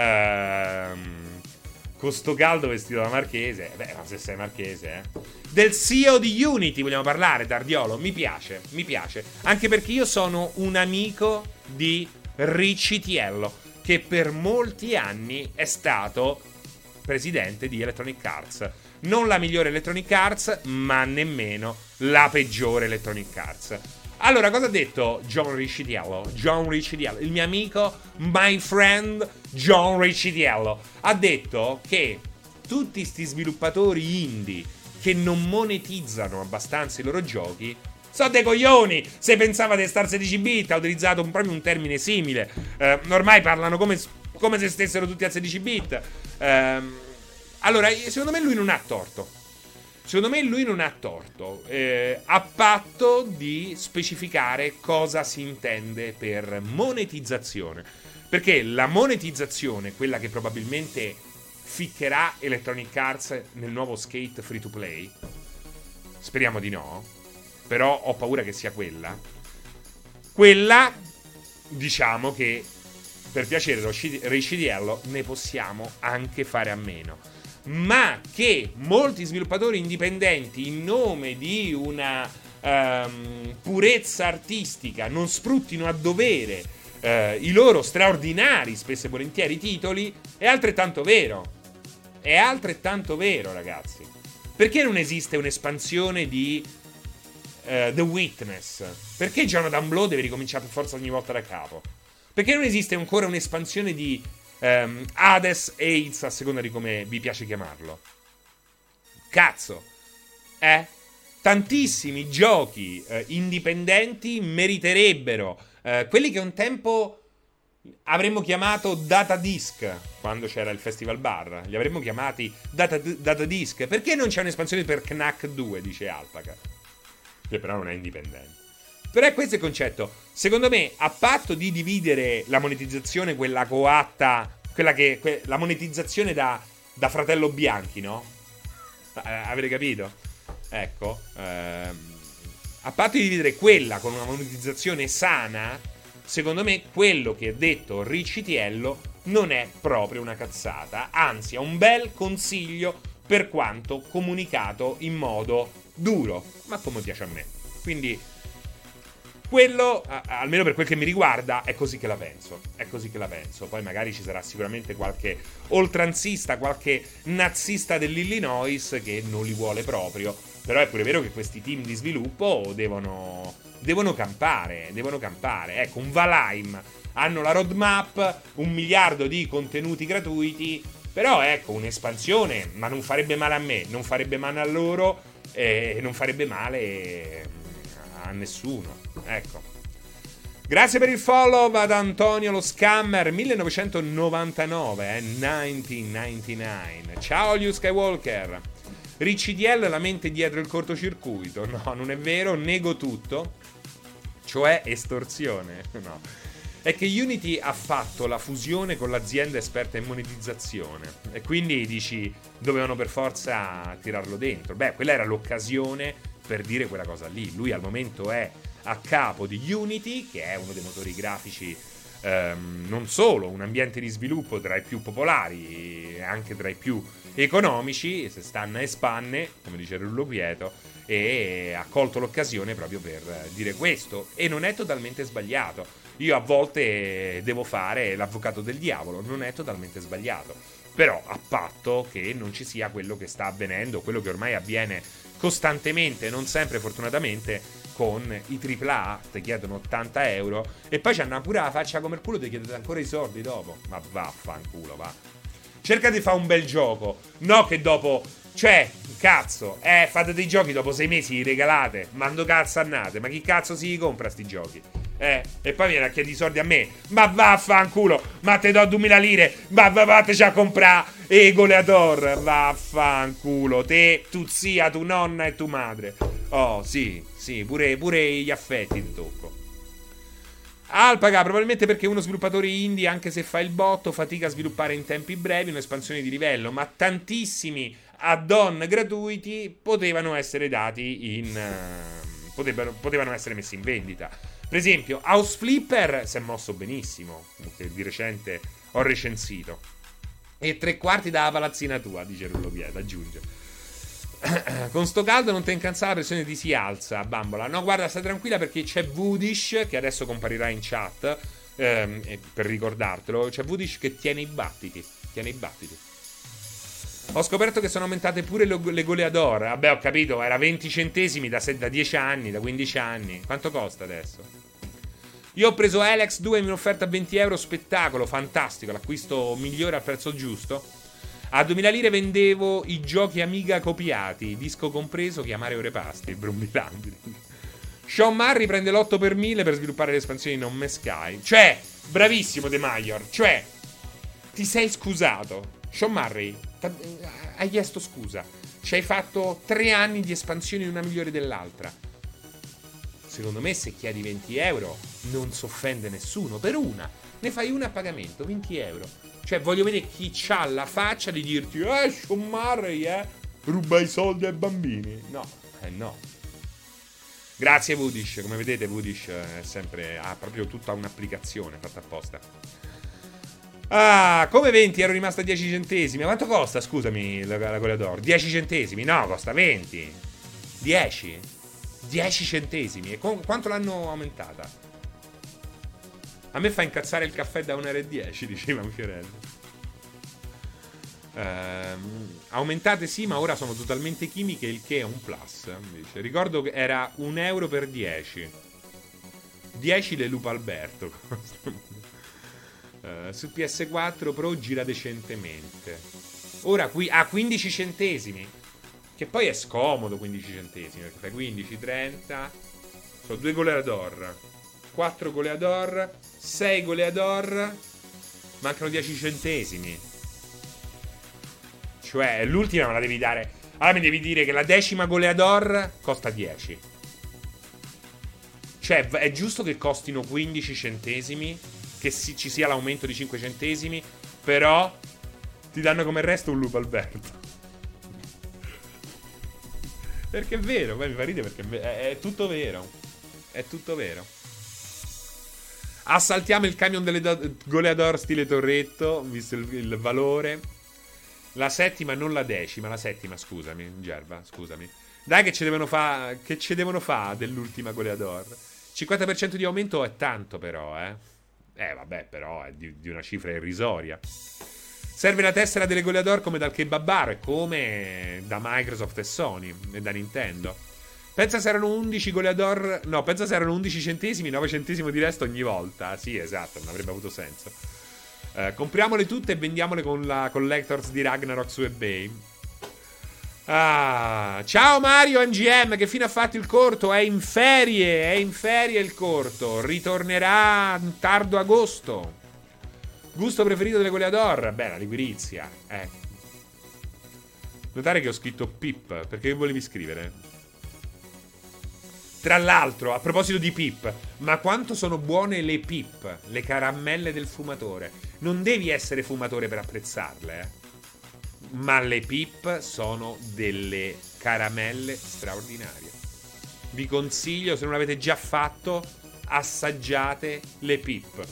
um, Con sto caldo vestito da marchese. Beh, ma se sei marchese, eh. Del C E O di Unity vogliamo parlare, Dardiolo. Mi piace, mi piace. Anche perché io sono un amico di Riccitiello, che per molti anni è stato presidente di Electronic Arts. Non la migliore Electronic Arts, ma nemmeno la peggiore Electronic Arts. Allora, cosa ha detto John Riccitiello? John Riccitiello, il mio amico, my friend John Riccitiello, ha detto che tutti sti sviluppatori indie che non monetizzano abbastanza i loro giochi so dei coglioni. Se pensava di star sedici bit, ha utilizzato proprio un termine simile. Eh, ormai parlano come, come se stessero tutti a sedici bit. Eh, allora, secondo me lui non ha torto. Secondo me lui non ha torto. Eh, a patto di specificare cosa si intende per monetizzazione. Perché la monetizzazione, quella che probabilmente ficcherà Electronic Arts nel nuovo Skate free to play, speriamo di no, però ho paura che sia quella. Quella, diciamo che per piacere Riccitiello ne possiamo anche fare a meno. Ma che molti sviluppatori indipendenti, in nome di una ehm, purezza artistica, non sfruttino a dovere eh, i loro straordinari, spesso e volentieri, titoli, è altrettanto vero. È altrettanto vero, ragazzi. Perché non esiste un'espansione di uh, The Witness? Perché Jonathan Blow deve ricominciare per forza ogni volta da capo? Perché non esiste ancora un'espansione di um, Hades Aids, a seconda di come vi piace chiamarlo? Cazzo. Eh? Tantissimi giochi uh, indipendenti meriterebbero uh, quelli che un tempo avremmo chiamato Data Disc quando c'era il Festival Bar. Li avremmo chiamati Data, Data Disc. Perché non c'è un'espansione per Knack due, dice Alpaca, che però non è indipendente. Però è questo il concetto. Secondo me, a patto di dividere la monetizzazione, quella coatta, quella che que, la monetizzazione da, da fratello Bianchi, no? Eh, avete capito? Ecco, ehm, a patto di dividere quella con una monetizzazione sana, secondo me quello che ha detto Riccitiello non è proprio una cazzata, anzi è un bel consiglio per quanto comunicato in modo duro, ma come piace a me. Quindi quello, a, almeno per quel che mi riguarda, è così che la penso, è così che la penso. Poi magari ci sarà sicuramente qualche oltranzista, qualche nazista dell'Illinois che non li vuole proprio, però è pure vero che questi team di sviluppo devono... Devono campare, devono campare. Ecco, un Valheim, hanno la roadmap, un miliardo di contenuti gratuiti, però ecco, un'espansione, ma non farebbe male a me, non farebbe male a loro e non farebbe male a nessuno. Ecco. Grazie per il follow ad Antonio lo Scammer millenovecentonovantanove, eh, millenovecentonovantanove. Ciao Liu Skywalker. Ricci D L la mente dietro il cortocircuito. No, non è vero, nego tutto. Cioè estorsione. No. È che Unity ha fatto la fusione con l'azienda esperta in monetizzazione e quindi dici dovevano per forza tirarlo dentro. Beh, quella era l'occasione per dire quella cosa lì. Lui al momento è a capo di Unity, che è uno dei motori grafici, ehm, non solo un ambiente di sviluppo tra i più popolari, anche tra i più economici, se stanno e spanne, come dice Rullo Quieto, e ha colto l'occasione proprio per dire questo, e non è totalmente sbagliato. Io a volte devo fare l'avvocato del diavolo, non è totalmente sbagliato, però a patto che non ci sia quello che sta avvenendo, quello che ormai avviene costantemente, non sempre fortunatamente, con i tripla A, ti chiedono ottanta euro e poi c'hanno pure la faccia come il culo, ti chiedono ancora i soldi dopo. Ma vaffanculo, va. Cerca di fare un bel gioco, no che dopo, cioè, cazzo, eh, fate dei giochi dopo sei mesi, li regalate, mando cazzo annate, ma chi cazzo si compra sti giochi? Eh, e poi viene a chiedere i soldi a me, ma vaffanculo, ma te do duemila lire, ma vatteci a comprare e goleador, vaffanculo, te, tu zia, tu nonna e tu madre. Oh, sì, sì, pure, pure gli affetti ti tocco. Alpaca, probabilmente perché uno sviluppatore indie, anche se fa il botto, fatica a sviluppare in tempi brevi un'espansione di livello, ma tantissimi add-on gratuiti potevano essere dati in... Uh, potevano, potevano essere messi in vendita. Per esempio, House Flipper si è mosso benissimo, che di recente ho recensito. E tre quarti dalla palazzina tua, dice Rullo Pieta, aggiunge. Con sto caldo non ti incansare, la pressione ti si alza, bambola. No, guarda, stai tranquilla perché c'è Vudish, che adesso comparirà in chat, ehm, per ricordartelo. C'è Vudish che tiene i battiti, tiene i battiti. Ho scoperto che sono aumentate pure le, le goleador. Vabbè, ho capito, era venti centesimi da, da dieci anni, da quindici anni. Quanto costa adesso? Io ho preso Alex due in un'offerta a venti euro, spettacolo, fantastico, l'acquisto migliore al prezzo giusto. A duemila lire vendevo i giochi Amiga copiati, disco compreso, chiamare ore pasti, Brumbilandri. Sean Murray prende l'otto per mille per sviluppare le espansioni di No Man's Sky. Cioè, bravissimo De Major, cioè, ti sei scusato. Sean Murray, hai chiesto scusa. Ci hai fatto tre anni di espansioni una migliore dell'altra. Secondo me se chiedi venti euro non si offende nessuno. Per una, ne fai una a pagamento, venti euro. Cioè voglio vedere chi c'ha la faccia di dirti eh, Sean Murray, eh, ruba i soldi ai bambini. No, eh no. Grazie Vudish, come vedete Vudish è sempre, ha proprio tutta un'applicazione fatta apposta. Ah, come venti, ero rimasta a dieci centesimi. Quanto costa, scusami, la, la Goleador? dieci centesimi? No, costa venti. dieci? dieci centesimi. E qu- quanto l'hanno aumentata? A me fa incazzare il caffè da un euro e dieci, diceva Fiorello. Ehm, aumentate sì, ma ora sono totalmente chimiche, il che è un plus, invece. Ricordo che era un euro per dieci. dieci le Lupo Alberto. uh, su P S quattro Pro gira decentemente. Ora qui a ah, quindici centesimi. Che poi è scomodo quindici centesimi, perché fai quindici, trenta. Sono due goleador, quattro goleador, sei goleador. Mancano dieci centesimi. Cioè, l'ultima me la devi dare. Allora mi devi dire che la decima goleador costa dieci. Cioè, è giusto che costino quindici centesimi, che si, ci sia l'aumento di cinque centesimi, però ti danno come resto un Lupo Alberto. Perché è vero, beh, mi fa ridere perché è, è tutto vero. È tutto vero. Assaltiamo il camion delle do- goleador stile Torretto, visto il, il valore. La settima, non la decima, la settima, scusami, Gerva, scusami. Dai che ci devono fa, che ci devono fa dell'ultima goleador. cinquanta per cento di aumento è tanto però, eh. Eh, vabbè, però è di, di una cifra irrisoria. Serve la tessera delle goleador come dal kebabaro e come da Microsoft e Sony e da Nintendo. Pensa se erano undici goleador, no, pensa se erano undici centesimi, nove centesimi di resto ogni volta. Sì, esatto, non avrebbe avuto senso. Uh, compriamole tutte e vendiamole con la Collectors di Ragnarok su eBay. Ah, ciao Mario N G M, che fine ha fatto il corto? È in ferie, è in ferie il corto. Ritornerà in tardo agosto. Gusto preferito delle goleador? Beh, la ligurizia. Eh. Notare che ho scritto Pip, perché che volevi scrivere? Tra l'altro, a proposito di Pip, ma quanto sono buone le Pip, le caramelle del fumatore. Non devi essere fumatore per apprezzarle, eh. Ma le Pip sono delle caramelle straordinarie. Vi consiglio, se non l'avete già fatto, assaggiate le Pip.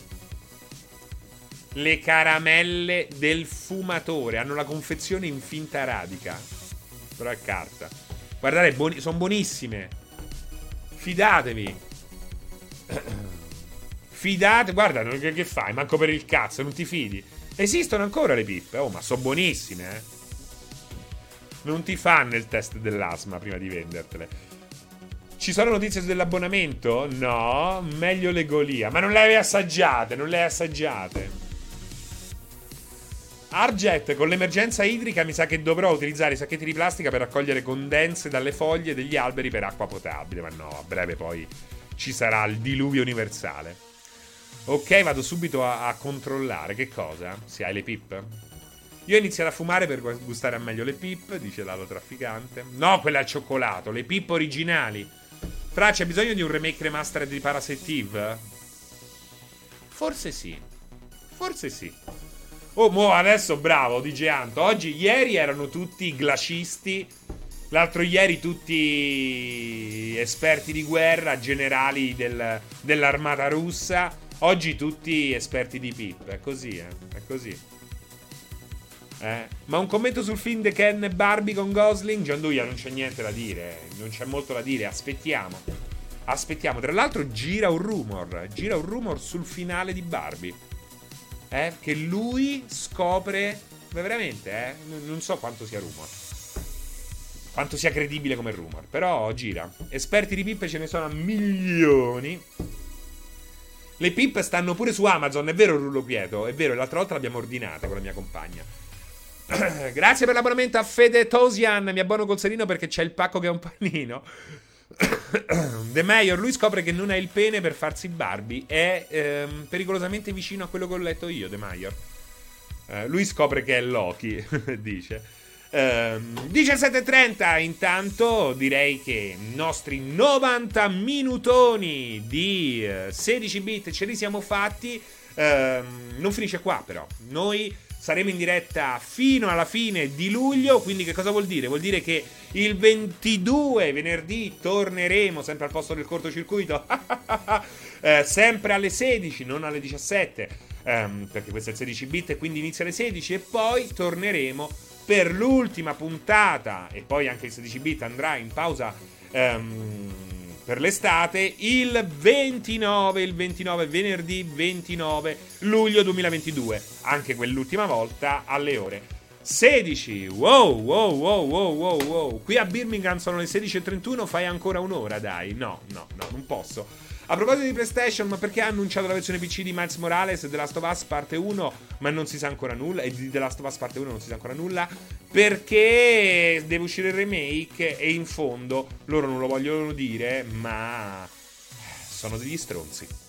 Le caramelle del fumatore. Hanno la confezione in finta radica, però è carta. Guardate, buoni- sono buonissime. Fidatevi. Fidate. Guarda, che, che fai? Manco per il cazzo, non ti fidi. Esistono ancora le pippe. Oh, ma sono buonissime, eh. Non ti fanno il test dell'asma prima di vendertele. Ci sono notizie dell'abbonamento? No, meglio le Golia. Ma non le hai assaggiate, non le hai assaggiate. Arjet, con l'emergenza idrica mi sa che dovrò utilizzare i sacchetti di plastica per raccogliere condense dalle foglie degli alberi per acqua potabile. Ma no, a breve poi ci sarà il diluvio universale. Ok, vado subito a, a controllare. Che cosa? Se hai le pip? Io ho iniziato a fumare per gustare a meglio le pip, dice l'alo trafficante. No, quella al cioccolato, le pip originali. Fra, c'è bisogno di un remake remastered di Parasite Eve? Forse sì. Forse sì. Oh, mo adesso bravo, dice Anto. Oggi, ieri erano tutti glacisti. L'altro ieri tutti esperti di guerra, generali del, dell'armata russa. Oggi tutti esperti di pip. È così, eh. È così. Eh. Ma un commento sul film The Ken e Barbie con Gosling? Gianduia, non c'è niente da dire. Non c'è molto da dire. Aspettiamo. Aspettiamo. Tra l'altro gira un rumor. Gira un rumor sul finale di Barbie. Eh, che lui scopre. Beh, veramente, eh. Non so quanto sia rumor. Quanto sia credibile come rumor. Però gira. Esperti di pippe ce ne sono a milioni. Le pippe stanno pure su Amazon. È vero, Rullo Quieto? È vero, l'altra volta l'abbiamo ordinata con la mia compagna. Grazie per l'abbonamento a Fede Tosian. Mi abbono col serino perché c'è il pacco che è un panino. The Mayor, lui scopre che non ha il pene per farsi Barbie. È ehm, pericolosamente vicino a quello che ho letto io, The Mayor. eh, Lui scopre che è Loki. Dice ehm, diciassette e trenta. Intanto direi che i nostri novanta minutoni di eh, sedici bit ce li siamo fatti. ehm, Non finisce qua però. Noi saremo in diretta fino alla fine di luglio. Quindi che cosa vuol dire? Vuol dire che il ventidue, venerdì, torneremo sempre al posto del cortocircuito. eh, sempre alle sedici, non alle diciassette, ehm, perché questo è il sedici bit e quindi inizia alle sedici. E poi torneremo per l'ultima puntata. E poi anche il sedici bit andrà in pausa ehm, per l'estate il ventinove, il ventinove, venerdì ventinove luglio duemilaventidue, anche quell'ultima volta alle ore sedici. Wow, wow, wow, wow, wow, wow. Qui a Birmingham sono le sedici e trentuno, fai ancora un'ora, dai. No, no, no, non posso. A proposito di PlayStation, ma perché ha annunciato la versione P C di Miles Morales e The Last of Us parte uno, ma non si sa ancora nulla? E di The Last of Us parte uno non si sa ancora nulla? Perché deve uscire il remake e in fondo loro non lo vogliono dire, ma sono degli stronzi.